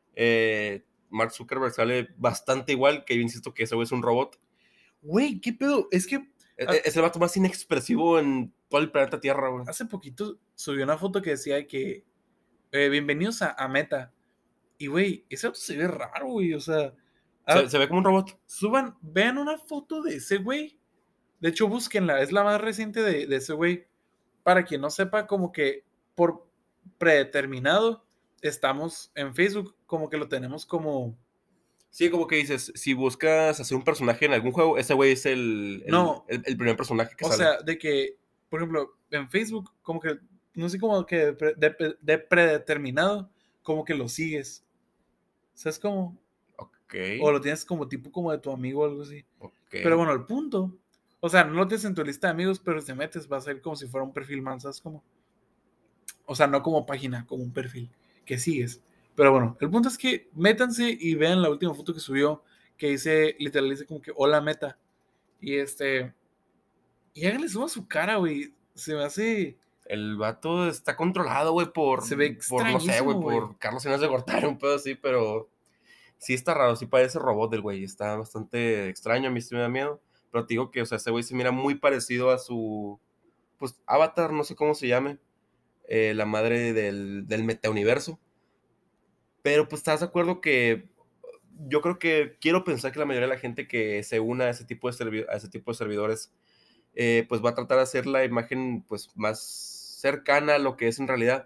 Eh, Mark Zuckerberg sale bastante igual, que yo insisto que ese güey es un robot. Güey, ¿qué pedo? Es que Es, Ah. es el vato más inexpresivo en todo el planeta Tierra, güey. hace poquito subió una foto que decía que eh, bienvenidos a, a Meta. Y, güey, ese auto se ve raro, güey. O sea, ah, Se, se ve como un robot. suban, vean una foto de ese güey. De hecho, búsquenla. Es la más reciente de, de ese güey. Para quien no sepa, como que por predeterminado estamos en Facebook, como que lo tenemos como... Sí, como que dices, si buscas hacer un personaje en algún juego, ese güey es el, el, No. el, el primer personaje que O sale. sea, de que, por ejemplo, en Facebook, como que, no sé, como que de, pre- de- de predeterminado, como que lo sigues. ¿Sabes cómo? Ok. O lo tienes como tipo como de tu amigo o algo así. Ok. Pero bueno, el punto. O sea, no lo tienes en tu lista de amigos, pero si te metes va a ser como si fuera un perfil más, ¿sabes cómo? O sea, no como página, como un perfil que sigues. Pero bueno, el punto es que métanse y vean la última foto que subió, que dice, literal, dice como que hola Meta. Y este, y háganle zoom a su cara, güey. Se me hace... El vato está controlado, güey, por, Se ve por, no sé, güey, extrañísimo, güey. por Carlos Salinas de Gortari, un pedo así, pero sí está raro, sí parece robot del güey, está bastante extraño, a mí sí me da miedo, pero te digo que, o sea, ese güey se mira muy parecido a su, pues, avatar, no sé cómo se llame, eh, la madre del, del metauniverso, pero pues estás de acuerdo que yo creo que quiero pensar que la mayoría de la gente que se una a ese tipo de, servi- a ese tipo de servidores, eh, pues va a tratar de hacer la imagen, pues, más cercana a lo que es en realidad.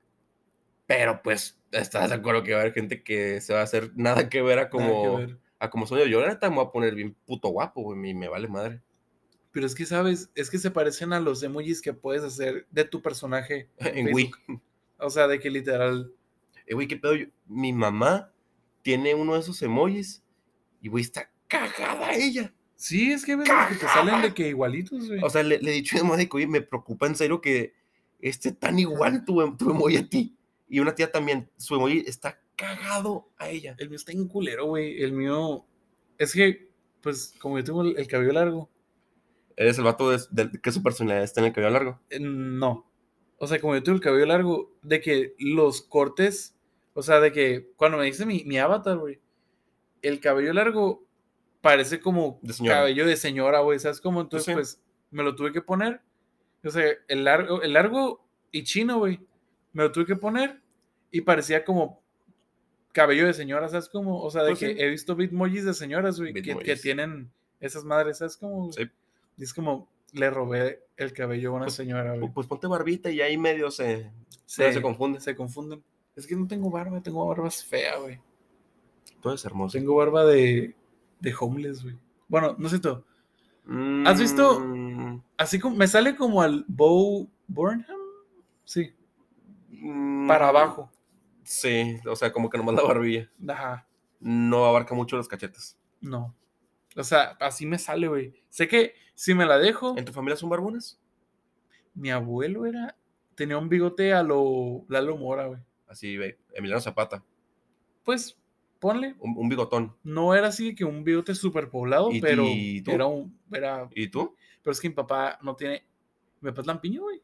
Pero pues, estás de acuerdo que va a haber gente que se va a hacer nada que ver a Nada que como, ver. a como soy yo. Yo la neta me voy a poner bien puto guapo, güey, y me vale madre. Pero es que, ¿sabes? Es que se parecen a los emojis que puedes hacer de tu personaje en, En Wii. Facebook. O sea, de que literal... Eh, güey, qué pedo. Yo- mi mamá tiene uno de esos emojis y, güey, está cagada ella. Sí, es que ves los que te salen de que igualitos, güey. O sea, le, le he dicho a mi mamá de que, oye, me preocupa en serio que esté tan igual tu, em- tu emoji a ti. Y una tía también, su emoji está cagado a ella. El mío está en culero, güey. El mío... Es que, pues, como yo tengo el, el cabello largo, Eres el vato de, de- que su personalidad está en el cabello largo. eh, no. O sea, como yo tengo el cabello largo, de que los cortes... O sea, de que cuando me dice mi, mi avatar, güey, el cabello largo parece como De señora. cabello de señora, güey, ¿sabes cómo? Entonces, Sí. pues, me lo tuve que poner. O sea, el largo, el largo y chino, güey, me lo tuve que poner y parecía como cabello de señora, ¿sabes cómo? O sea, de Pues que sí. he visto bitmojis de señoras, güey, que, que Bitmojis. tienen esas madres, ¿sabes cómo? Sí. Y es como, le robé el cabello a una Pues, señora, güey. Pu- Pues ponte barbita y ahí medio se, Se, medio se confunde. se confunden. Es que no tengo barba, tengo barbas fea, güey. Tú eres hermoso. Tengo barba de, de homeless, güey. Bueno, no sé tú. Mm, ¿Has visto? Así como, me sale como al Bo Burnham. Sí, mm, para abajo. Sí, o sea, como que nomás la barbilla. Ajá, No abarca mucho los cachetes. no. O sea, así me sale, güey. Sé que si me la dejo, ¿En tu familia son barbones? mi abuelo era, tenía un bigote a lo Lalo Mora, güey. Así, ve, Emiliano Zapata. Pues, ponle. Un, un bigotón. No era así que un bigote súper poblado, ¿Y- pero y tú? era un, era, ¿Y tú? pero es que mi papá no tiene, mi papá es lampiño, güey.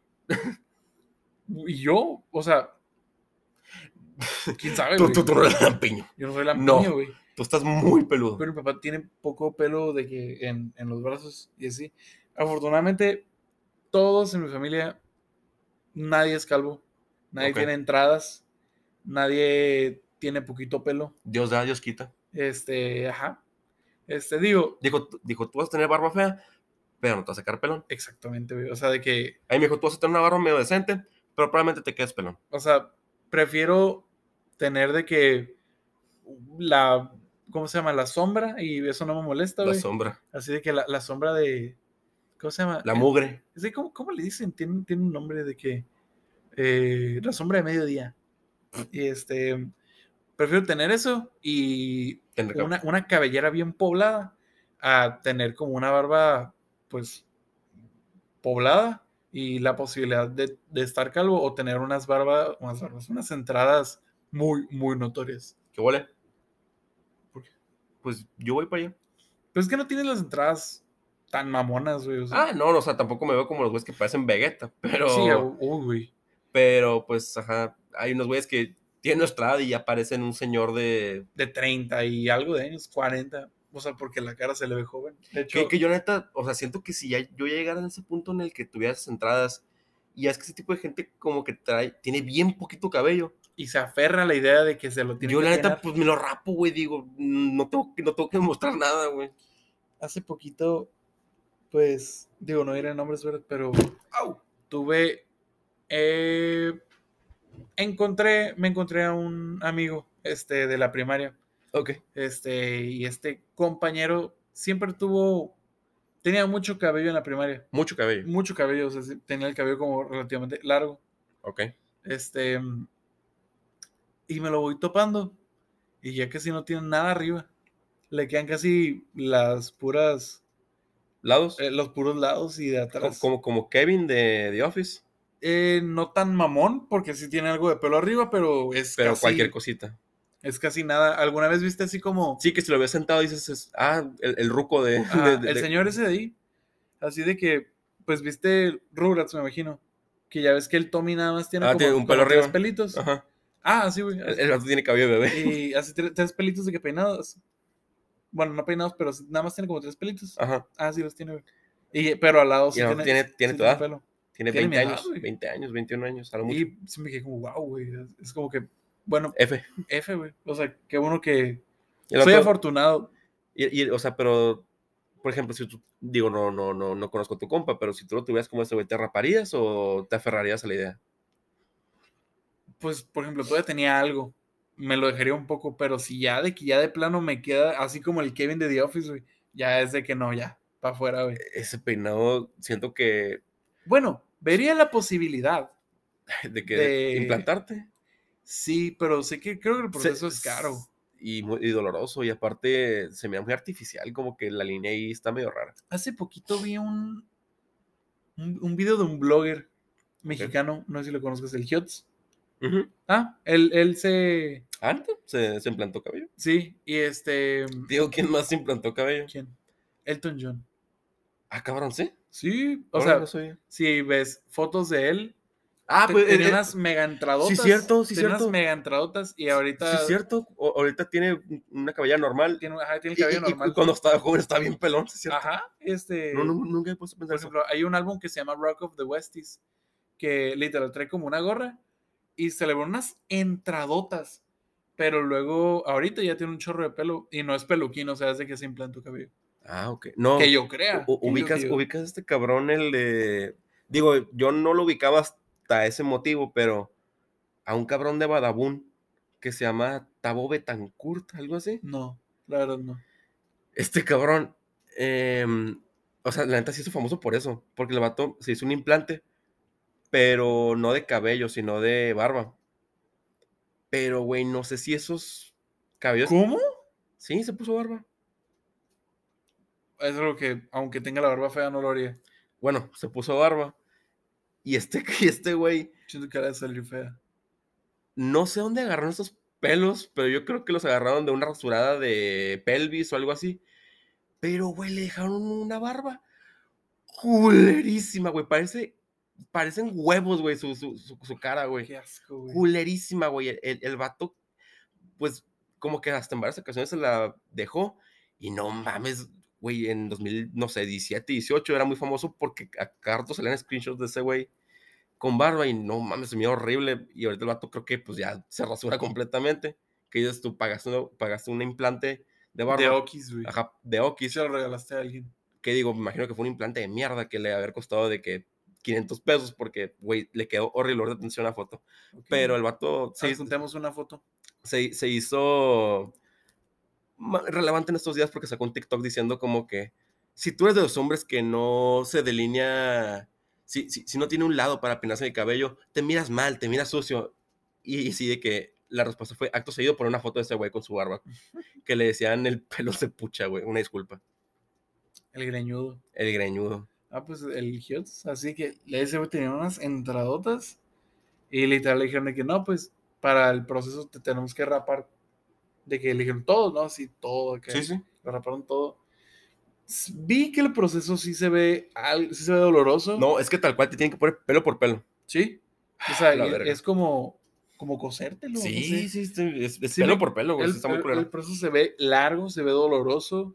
Y yo, o sea, quién sabe, Tú, güey. tú, tú no eres lampiño. Yo no soy lampiño, No. güey. Tú estás muy peludo. Pero mi papá tiene poco pelo de que en, en los brazos y así. Afortunadamente, todos en mi familia, nadie es calvo, nadie Ok. tiene entradas, nadie tiene poquito pelo. Dios da, Dios quita. Este, ajá. Este, digo, Dijo, tú- dijo, tú vas a tener barba fea, pero no te vas a sacar pelón. exactamente, güey. O sea, de que, Ahí me dijo, tú vas a tener una barba medio decente, pero probablemente te quedes pelón. o sea, prefiero tener de que la, ¿cómo se llama? La sombra, y eso no me molesta, La güey. sombra. Así de que la, la sombra de, ¿cómo se llama? La Eh, mugre. Es de, ¿cómo, cómo le dicen? Tiene, tiene un nombre de que, eh, la sombra de mediodía. Y este, prefiero tener eso y Tener cab- una, una cabellera bien poblada a tener como una barba, pues, poblada y la posibilidad de, de estar calvo o tener unas barbas, unas barbas, unas entradas muy, muy notorias. ¿Qué huele? ¿Por qué? Pues yo voy para allá. Pero es que no tienes las entradas tan mamonas, güey. O sea, Ah, no, no, o sea, tampoco me veo como los güeyes que parecen Vegeta, pero... sí, uy, güey. Pero, pues, ajá, hay unos güeyes que tienen nuestra edad y ya parecen un señor de... De treinta y algo de años, cuarenta. O sea, porque la cara se le ve joven. De hecho, Que, que yo neta, o sea, siento que si ya, yo ya llegara a ese punto en el que tuviera esas entradas, y es que ese tipo de gente como que trae, tiene bien poquito cabello. y se aferra a la idea de que se lo tiene Yo que la neta, peinar. pues me lo rapo, güey, digo, no tengo, que- no tengo que demostrar nada, güey. Hace poquito, pues, digo, no diré nombres, ¿verdad? Pero Au. tuve, eh, encontré, me encontré a un amigo, este, de la primaria, Ok. este, y este compañero siempre tuvo, tenía mucho cabello en la primaria, Mucho cabello. mucho cabello, o sea, sí, tenía el cabello como relativamente largo, Ok. este, y me lo voy topando, y ya casi no tiene nada arriba, le quedan casi las puras, ¿Lados? eh, los puros lados y de como, atrás. como, como Kevin de The Office, Eh, no tan mamón, porque sí tiene algo de pelo arriba, pero es pero casi, cualquier cosita. es casi nada. ¿Alguna vez viste así como Sí, que si lo ves sentado dices, es- ah, el, el ruco de... ah, de- de- el de- señor ese de ahí? Así de que, pues viste Rugrats, me imagino. Que ya ves que el Tommy nada más tiene Ah, como, tiene un pelo como tres arriba. pelitos. Ajá. Ah, sí, güey. El, el vato tiene cabello de bebé. Y así tre- tres pelitos de que peinados. Bueno, no peinados, pero sí, nada más tiene como tres pelitos. Ajá. Ah, sí los tiene, güey. Y, pero al lado sí Y el tiene, vato tiene, tiene sí tu edad. pelo. Tiene Tiene veinte mi edad, años. güey. veinte años, veintiún años, a lo mucho. Y sí me quedé como, wow, güey. Es- Es como que, bueno, F. F, güey. O sea, qué bueno que Y el soy vato- afortunado. y- y, o sea, pero, por ejemplo, si tú, digo, no, no, no, no conozco a tu compa, pero si tú lo tuvieras como ese güey, ¿te raparías o te aferrarías a la idea? Pues, por ejemplo, todavía tenía algo. Me lo dejaría un poco, pero si ya de que ya de plano me queda así como el Kevin de The Office, güey. Ya es de que no, ya, para afuera, güey. Ese peinado, siento que, Bueno, vería la posibilidad. de que De- implantarte. Sí, pero sé que creo que el proceso Se- es caro. Y, muy, y doloroso, y aparte se me da muy artificial, como que la línea ahí está medio rara. Hace poquito vi un, un, un video de un blogger mexicano, no sé si lo conozcas, el Hiots. Ujú. Ah, él, él se... Ah, ¿neta? ¿Se, se implantó cabello? Sí, y este... Digo, ¿quién más se implantó cabello? ¿Quién? Elton John. Ah, cabrón, ¿sí? Sí, o Órale, sea, no sabía. si ves fotos de él, Ah, te- pues, tenía eh, eh, unas mega entradotas. sí, cierto, sí, tenía cierto. unas mega entradotas y ahorita sí, es cierto. O- ahorita tiene una cabellera normal. tiene, ajá, tiene el Y, cabello y- y normal. cuando estaba joven estaba bien pelón, ¿sí es cierto? Ajá, este... No, no, nunca he puesto a por pensar eso. ejemplo, hay un álbum que se llama Rock of the Westies, que literal trae como una gorra y se le ven unas entradotas. pero luego, ahorita ya tiene un chorro de pelo y no es peluquín, o sea, es de que se implantó cabello. Ah, ok. No, Que yo u- crea. u- que yo- ubicas, que yo- ubicas a este cabrón, el de... Digo, yo no lo ubicaba hasta ese motivo, pero a un cabrón de Badabun que se llama Tabo Betancourt, algo así. No, la verdad no. Este cabrón, em, o sea, la neta se hizo famoso por eso, porque el vato se hizo un implante, pero no de cabello, sino de barba. Pero, güey, no sé si esos cabellos... ¿Cómo? Sí, se puso barba. Es algo que, aunque tenga la barba fea, no lo haría. Bueno, se puso barba. Y este, y este güey, Siento que ha de salir fea. no sé dónde agarraron esos pelos, pero yo creo que los agarraron de una rasurada de pelvis o algo así. Pero, güey, le dejaron una barba culerísima, güey. Parece, parecen huevos, güey, su, su, su, su cara, güey. Qué asco, güey. Culerísima, güey. El, el, el vato, pues, como que hasta en varias ocasiones se la dejó. Y no mames, güey, en dos mil, no sé, diecisiete, dieciocho era muy famoso porque a cada rato salían screenshots de ese güey con barba y no mames, se me dio horrible. Y ahorita el vato creo que pues ya se rasura completamente. Que dices tú, pagaste, una- pagaste un implante de barba. De Okis, güey. Ajá, de Okis. Se lo regalaste a alguien. Que digo, me imagino que fue un implante de mierda que le debe haber costado de que quinientos pesos porque, güey, le quedó horrible. Ahorita atención a la foto. Ok. Pero el vato Sí, se, juntemos una foto. se, se hizo ma- relevante en estos días porque sacó un TikTok diciendo como que si tú eres de los hombres que no se delinea, si, si, si no tiene un lado para peinarse el cabello, te miras mal, te miras sucio. Y, y sí, de que la respuesta fue acto seguido por una foto de ese güey con su barba, que le decían el pelo se pucha, güey, una disculpa, El greñudo. el greñudo. Ah, pues el Hiots. Así que ese güey tenía unas entradotas. Y literal le dijeron de que no, pues para el proceso te tenemos que rapar. De que le dijeron todo, ¿no? Sí, todo. Que Sí, sí. lo raparon todo. S- Vi que el proceso sí se ve, al- sí se ve doloroso. No, es que tal cual te tienen que poner pelo por pelo. Sí. O sea, La y verga. es como, como cosértelo. Sí, no sé. sí, sí, es, es Sí pelo me- por pelo, güey, el, sí está muy el- culero. el proceso se ve largo, se ve doloroso.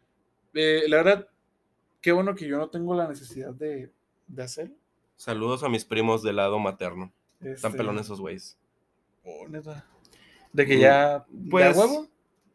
Eh, la verdad, qué bueno que yo no tengo la necesidad de, de hacerlo. Saludos a mis primos del lado materno. Este, Están pelones esos güeyes. oh, neta. De que Mm, ya. pues, ¿De huevo?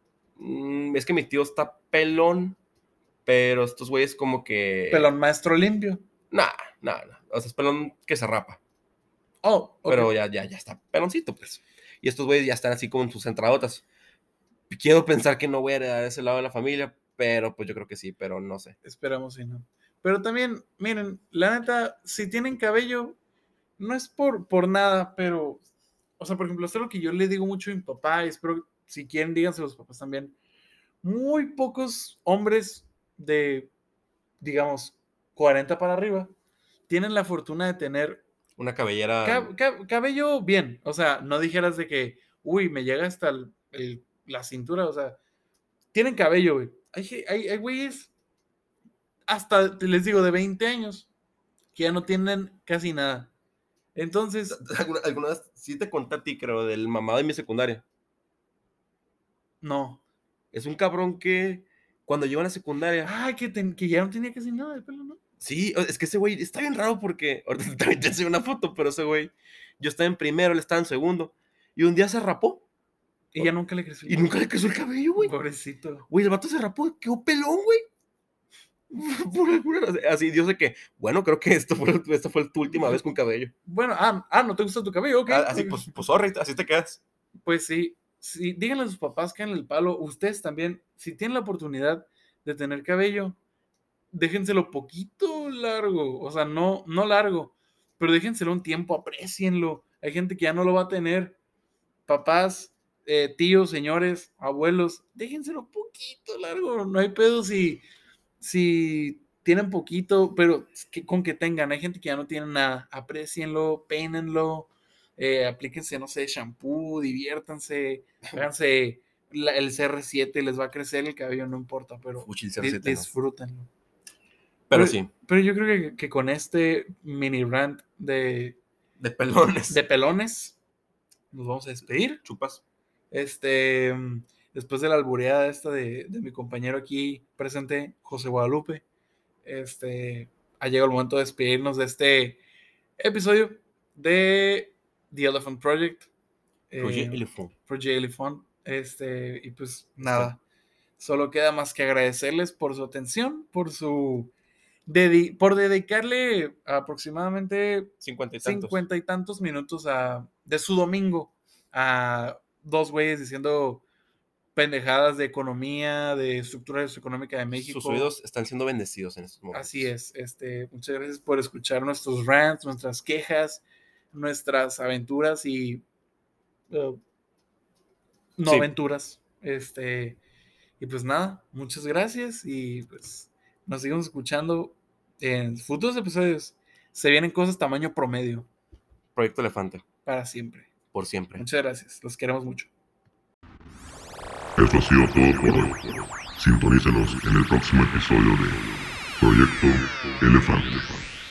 Mm, es que mi tío está pelón, pero estos güeyes como que... Pelón maestro limpio. Nah, nah, nah. O sea, es pelón que se rapa. Oh, ok. Pero ya, ya, ya está peloncito, pues. Y estos güeyes ya están así como en sus entradotas. Quiero pensar que no voy a heredar ese lado de la familia, pero pues yo creo que sí, pero no sé. Esperamos si no. Pero también, miren, la neta, si tienen cabello, no es por, por nada, pero, o sea, por ejemplo, esto es lo que yo le digo mucho a mi papá, y espero, si quieren, díganse a los papás también. Muy pocos hombres de, digamos, cuarenta para arriba, tienen la fortuna de tener Una cabellera... ca- ca- cabello bien. O sea, no dijeras de que, uy, me llega hasta el- el- la cintura, o sea, tienen cabello, güey. Hay, ge- hay, hay güeyes, hasta, les digo, de veinte años, que ya no tienen casi nada. Entonces, ¿Alguna, alguna vez sí te conté a ti, creo, del mamado de mi secundaria? no. Es un cabrón que cuando llegó a la secundaria... Ay, que, ten- que ya no tenía casi nada de pelo, ¿no? Sí, es que ese güey está bien raro porque ahorita también te enseño una foto, pero ese güey, yo estaba en primero, él estaba en segundo, y un día se rapó Y ya nunca le creció. y nunca le creció el cabello, güey. Pobrecito. Güey, el vato se rapó, quedó pelón, güey. Pura- pura- Así, Dios sé que, bueno, creo que esto fue, esta fue tu última vez con cabello. Bueno, ah, ah, ¿no te gusta tu cabello? Ok. Ah, así, pues, pues, sorry, así te quedas. Pues sí, sí, díganle a sus papás que hagan el palo. Ustedes también, si tienen la oportunidad de tener cabello, déjenselo poquito largo. O sea, no, no largo, pero déjenselo un tiempo, aprécienlo. Hay gente que ya no lo va a tener. Papás, eh, tíos, señores, abuelos, déjenselo poquito largo. No hay pedo si, si tienen poquito, pero que, con que tengan. Hay gente que ya no tiene nada. Aprécienlo, peínenlo. Eh, aplíquense, no sé, shampoo, diviértanse, háganse la- el C R siete, les va a crecer el cabello, no importa, pero Fuchi, el di- C R siete no. disfrútenlo. Pero sí, Pero yo creo que, que con este mini rant de, de pelones. de pelones, nos vamos a despedir. Chupas. Este, después de la albureada esta de, de mi compañero aquí presente, José Guadalupe, este, ha llegado el momento de despedirnos de este episodio de The Elephant Project. Projet Eh, Elephant. Project Elephant. Este, y pues nada, solo queda más que agradecerles por su atención, por su dedi- por dedicarle aproximadamente Cincuenta y tantos. cincuenta y tantos minutos a, de su domingo a dos güeyes diciendo pendejadas de economía, de estructura económica de México. Sus oídos están siendo bendecidos en estos momentos. Así es. Este, muchas gracias por escuchar nuestros rants, nuestras quejas, nuestras aventuras y uh, no Sí. aventuras. Este, y pues nada, muchas gracias y pues nos seguimos escuchando en futuros episodios. Se vienen cosas tamaño promedio Proyecto Elefante, para siempre. por siempre. Muchas gracias, los queremos mucho. Esto ha sido todo por hoy. Sintonícenos en el próximo episodio de Proyecto Elefante.